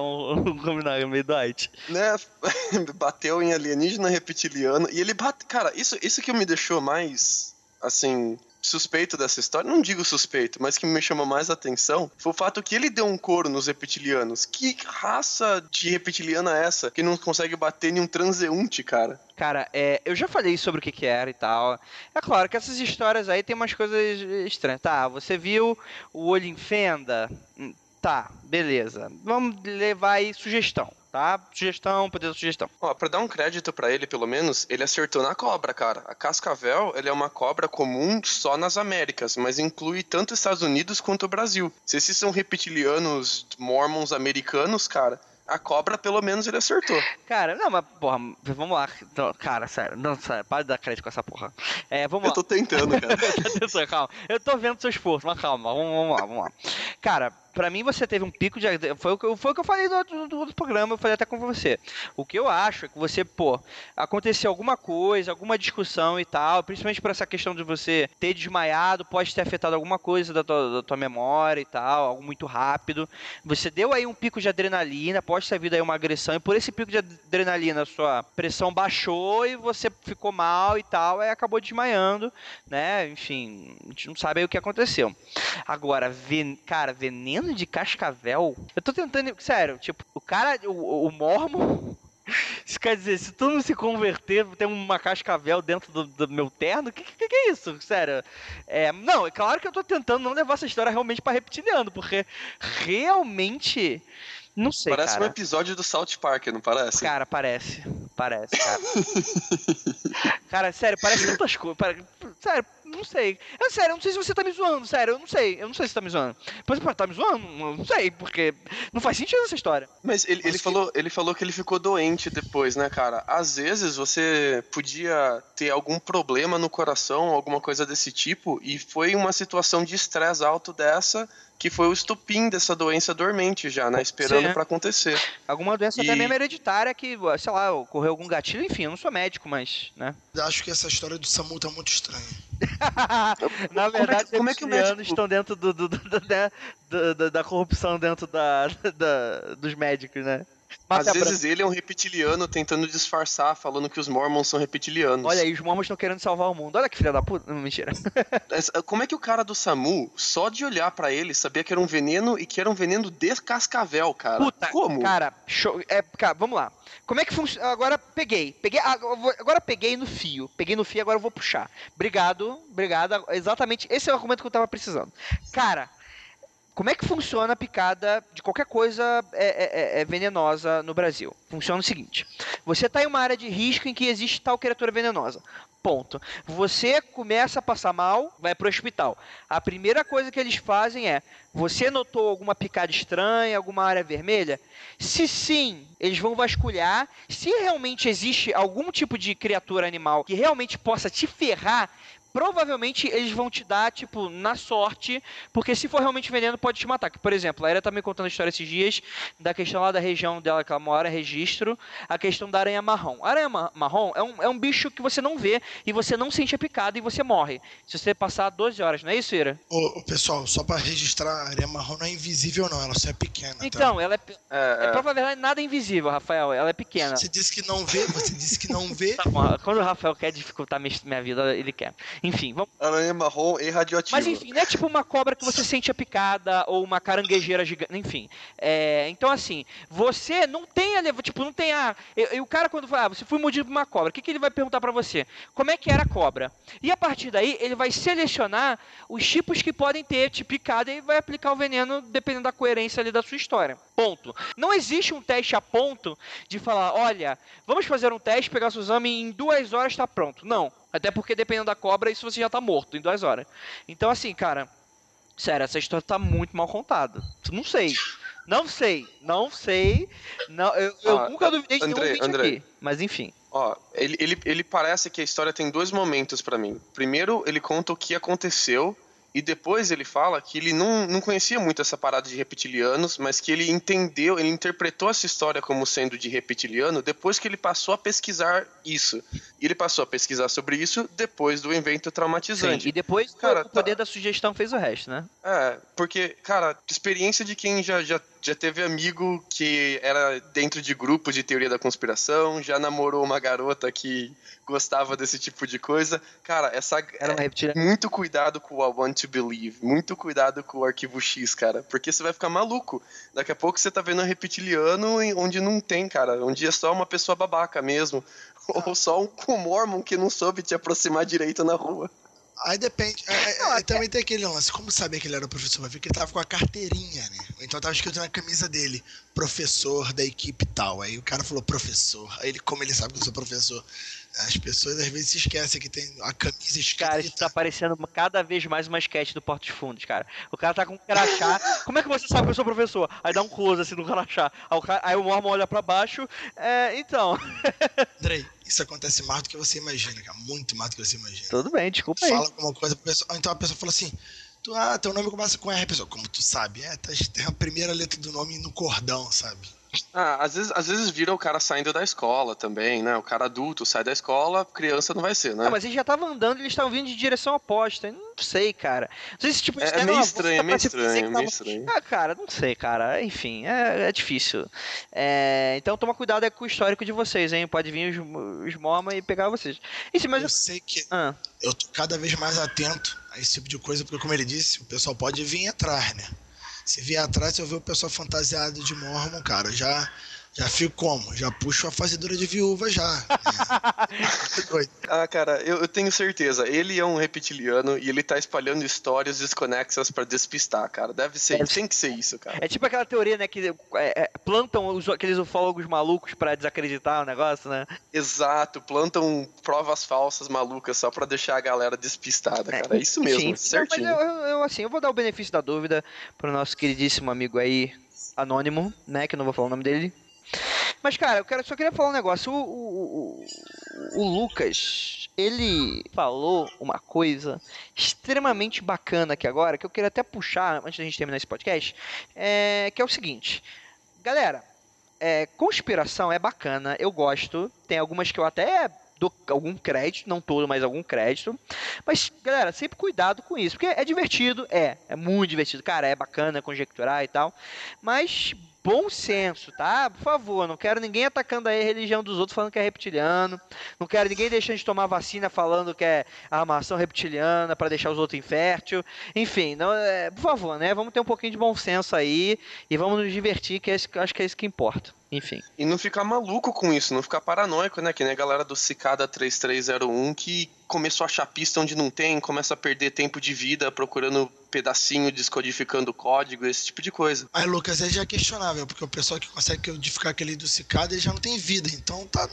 é meio Dwight. Né? Bateu em alienígena reptiliano e ele bate... Cara, isso que me deixou mais, assim... suspeito dessa história, não digo suspeito, mas que me chamou mais a atenção, foi o fato que ele deu um couro nos reptilianos. Que raça de reptiliana é essa que não consegue bater nenhum transeunte, cara? Cara, eu já falei sobre o que era e tal. É claro que essas histórias aí tem umas coisas estranhas. Tá, você viu o olho em fenda? Tá, beleza. Vamos levar aí sugestão. Tá? Poder de sugestão. Ó, pra dar um crédito pra ele, pelo menos, ele acertou na cobra, cara. A cascavel, ele é uma cobra comum só nas Américas, mas inclui tanto os Estados Unidos quanto o Brasil. Se esses são reptilianos mormons americanos, cara, a cobra, pelo menos, ele acertou. Cara, não, mas, porra, vamos lá. Não, cara, sério, para de dar crédito com essa porra. Vamos lá. Eu tô tentando, cara. Calma. Eu tô vendo seu esforço, mas calma, vamos lá. Cara, pra mim você teve um pico de... Foi o que eu falei do outro programa, eu falei até com você. O que eu acho é que você, aconteceu alguma coisa, alguma discussão e tal, principalmente por essa questão de você ter desmaiado, pode ter afetado alguma coisa da tua memória e tal, algo muito rápido. Você deu aí um pico de adrenalina, pode ter havido aí uma agressão, e por esse pico de adrenalina, sua pressão baixou e você ficou mal e tal, aí acabou desmaiando, né? Enfim, a gente não sabe aí o que aconteceu. Agora, cara, veneno veneno de cascavel? Eu tô tentando... Sério, tipo, o cara... O Mormon... Isso quer dizer, se tu não se converter, tem uma cascavel dentro do meu terno? O que é isso? Sério. Não, é claro que eu tô tentando não levar essa história realmente pra reptiliano, porque realmente... Não sei, parece cara. Um episódio do South Park, não parece? Cara, parece, cara. Cara, sério, parece tantas coisas. Sério, não sei. Sério, eu não sei se você tá me zoando, sério, eu não sei se você tá me zoando. Pois, tá me zoando? Não sei, porque não faz sentido essa história. Mas ele falou que ele ficou doente depois, né, cara? Às vezes você podia ter algum problema no coração, alguma coisa desse tipo, e foi uma situação de estresse alto dessa que foi o estupim dessa doença dormente já, né? Esperando pra acontecer. Alguma doença até mesmo hereditária que, sei lá, ocorreu algum gatilho, enfim, eu não sou médico, mas, né? Acho que essa história do SAMU tá muito estranha. Na verdade, como é que os médicos estão dentro da corrupção dentro dos médicos, né? Às vezes ele é um reptiliano tentando disfarçar, falando que os Mormons são reptilianos. Olha aí, os Mormons estão querendo salvar o mundo. Olha que filha da puta. Não, mentira. Como é que o cara do SAMU, só de olhar pra ele, sabia que era um veneno e que era um veneno de cascavel, cara? Puta, como? Cara, show. Cara, vamos lá. Como é que funciona? Agora agora peguei no fio. Peguei no fio, agora eu vou puxar. Obrigado. Exatamente, esse é o argumento que eu tava precisando. Cara, como é que funciona a picada de qualquer coisa venenosa no Brasil? Funciona o seguinte: você está em uma área de risco em que existe tal criatura venenosa. Ponto. Você começa a passar mal, vai pro hospital. A primeira coisa que eles fazem é: você notou alguma picada estranha, alguma área vermelha? Se sim, eles vão vasculhar. Se realmente existe algum tipo de criatura animal que realmente possa te ferrar, provavelmente eles vão te dar, tipo, na sorte, porque se for realmente veneno, pode te matar. Por exemplo, a Era tá me contando a história esses dias, da questão lá da região dela, que ela mora, registro, a questão da aranha marrom. A aranha marrom é um bicho que você não vê, e você não sente a picada, e você morre. Se você passar 12 horas, não é isso, Ira? Ô, pessoal, só pra registrar, a aranha marrom não é invisível não, ela só é pequena, então, tá? ela provavelmente nada é invisível, Rafael, ela é pequena. Você disse que não vê, Tá bom, quando o Rafael quer dificultar minha vida, ele quer. Enfim, vamos... Aranha marrom e radioativa. Mas enfim, não é tipo uma cobra que você sente a picada, ou uma caranguejeira gigante, enfim. Então assim, você não tem não tem a... E o cara quando fala, você foi mordido por uma cobra, o que ele vai perguntar pra você? Como é que era a cobra? E a partir daí, ele vai selecionar os tipos que podem ter te picado e vai aplicar o veneno dependendo da coerência ali da sua história. Ponto. Não existe um teste a ponto de falar, olha, vamos fazer um teste, pegar seu exame e em 2 horas tá pronto. Não. Até porque dependendo da cobra, isso você já tá morto em 2 horas. Então assim, cara, sério, essa história tá muito mal contada. Não sei. Não, eu nunca duvidei de nenhum vídeo aqui. Mas enfim. Ó, ele parece que a história tem 2 momentos pra mim. Primeiro, ele conta o que aconteceu. E depois ele fala que ele não conhecia muito essa parada de reptilianos, mas que ele entendeu, ele interpretou essa história como sendo de reptiliano depois que ele passou a pesquisar isso. E ele passou a pesquisar sobre isso depois do evento traumatizante. Sim, e depois cara, o poder da sugestão fez o resto, né? Porque, cara, experiência de quem já teve amigo que era dentro de grupos de teoria da conspiração, já namorou uma garota que gostava desse tipo de coisa. Cara, era uma reptiliana. Muito cuidado com o I Want to Believe, muito cuidado com o Arquivo X, cara, porque você vai ficar maluco. Daqui a pouco você tá vendo um reptiliano onde não tem, cara, onde é só uma pessoa babaca mesmo, ou só um Mormon que não soube te aproximar direito na rua. Aí depende. Também tem aquele lance. Como sabia que ele era o professor? Vai ver que ele tava com a carteirinha, né? Então tava escrito na camisa dele, professor da equipe tal. Aí o cara falou professor. Aí como ele sabe que eu sou professor? As pessoas às vezes se esquecem que tem a camisa escrita. Cara, isso tá parecendo cada vez mais uma sketch do Porto de Fundos, cara. O cara tá com um crachá. Como é que você sabe que eu sou professor? Aí dá um close assim no crachá. Aí o Mormon olha pra baixo. Então. Andrei, isso acontece mais do que você imagina, cara. Muito mais do que você imagina. Tudo bem, desculpa aí. Fala alguma coisa pra pessoa. Então a pessoa fala assim: teu nome começa com R, pessoal. Como tu sabe? Tem a primeira letra do nome no cordão, sabe? Às vezes vira o cara saindo da escola também, né? O cara adulto sai da escola, criança não vai ser, né? Mas eles já estavam andando, eles estavam vindo de direção oposta. Não sei, cara. Não sei se tipo... É meio estranho, meio estranho. Cara, não sei, cara. Enfim, é difícil. Então toma cuidado com o histórico de vocês, hein? Pode vir os Mormon e pegar vocês. Eu sei que eu tô cada vez mais atento a esse tipo de coisa, porque como ele disse, o pessoal pode vir atrás, né? Se vier atrás, se eu ver o pessoal fantasiado de Mormon, cara, já fico como? Já puxo a fazedora de viúva já. Doido. Ah, cara, eu tenho certeza. Ele é um reptiliano e ele tá espalhando histórias desconexas pra despistar, cara. Deve ser, tem que ser isso, cara. É tipo aquela teoria, né, que plantam aqueles ufólogos malucos pra desacreditar o negócio, né? Exato, plantam provas falsas malucas só pra deixar a galera despistada, cara. É isso mesmo, Enfim, certinho. Mas eu vou dar o benefício da dúvida pro nosso queridíssimo amigo aí, anônimo, né, que eu não vou falar o nome dele. Mas, cara, só queria falar um negócio. O Lucas, ele falou uma coisa extremamente bacana aqui agora, que eu queria até puxar antes da gente terminar esse podcast, que é o seguinte. Galera, conspiração é bacana, eu gosto. Tem algumas que eu até dou algum crédito, não todo, mas algum crédito. Mas, galera, sempre cuidado com isso, porque é divertido, é muito divertido. Cara, é bacana conjecturar e tal, mas bom senso, tá? Por favor, não quero ninguém atacando aí a religião dos outros falando que é reptiliano. Não quero ninguém deixando de tomar vacina falando que é armação reptiliana para deixar os outros infértil. Enfim, não, por favor, né? Vamos ter um pouquinho de bom senso aí e vamos nos divertir, que acho que é isso que importa. Enfim. E não ficar maluco com isso, não ficar paranoico, né? Que nem a galera do Cicada 3301 que começou a achar pista onde não tem, começa a perder tempo de vida procurando pedacinho, descodificando código, esse tipo de coisa. Aí, Lucas, aí já é questionável, porque o pessoal que consegue codificar aquele do Cicada, ele já não tem vida, então tá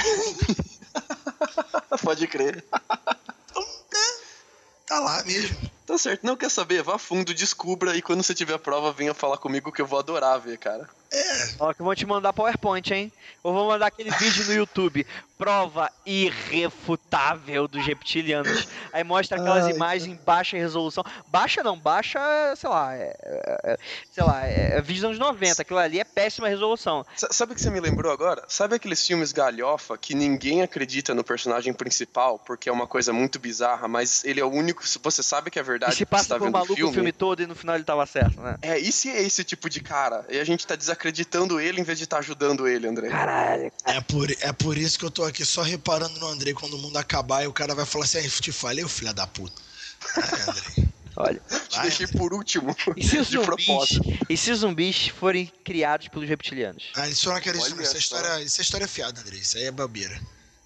Pode crer. Então, tá lá mesmo. Tá certo, não quer saber? Vá fundo, descubra e quando você tiver a prova, venha falar comigo que eu vou adorar ver, cara. Ó, que eu vou te mandar PowerPoint, hein? Ou vou mandar aquele vídeo no YouTube. Prova irrefutável dos reptilianos. Aí mostra aquelas imagens em baixa resolução. Baixa não, baixa, sei lá, vídeo dos anos 90. Aquilo ali é péssima resolução. Sabe o que você me lembrou agora? Sabe aqueles filmes galhofa que ninguém acredita no personagem principal porque é uma coisa muito bizarra, mas ele é o único, você sabe que é verdade. E se passa por um maluco o filme todo e no final ele tava certo, né? E se é esse tipo de cara? E a gente tá desacreditando ele em vez de estar ajudando ele, André. Caralho. É por isso que eu tô aqui só reparando no André quando o mundo acabar e o cara vai falar assim, te falei, filho da puta. André. Olha. Te deixei por último. E se os zumbis forem criados pelos reptilianos? Isso não quero isso. Essa história é fiada, André. Isso aí é bobeira.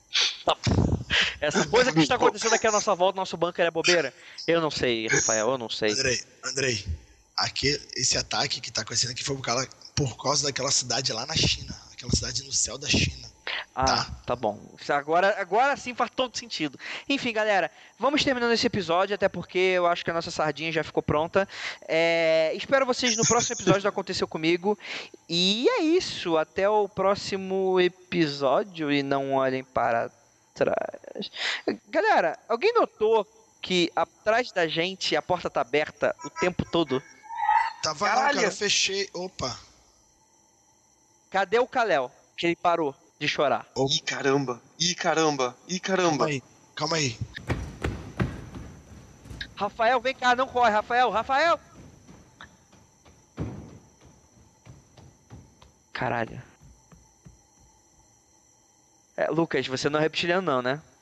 Essa coisa que está acontecendo aqui à nossa volta, nosso bunker é bobeira? Eu não sei, Rafael, eu não sei. Andrei, esse ataque que tá acontecendo aqui foi por causa daquela cidade lá na China. Aquela cidade no céu da China. Tá bom. Agora sim faz todo sentido. Enfim, galera, vamos terminando esse episódio, até porque eu acho que a nossa sardinha já ficou pronta. Espero vocês no próximo episódio do Aconteceu Comigo. E é isso. Até o próximo episódio. E não olhem para trás. Galera, alguém notou que atrás da gente a porta tá aberta o tempo todo? Tava lá, cara, eu fechei. Opa. Cadê o Kalel? Que ele parou de chorar. Ih, caramba. Calma aí. Rafael, vem cá, não corre, Rafael! Caralho. Lucas, você não é reptiliano não, né?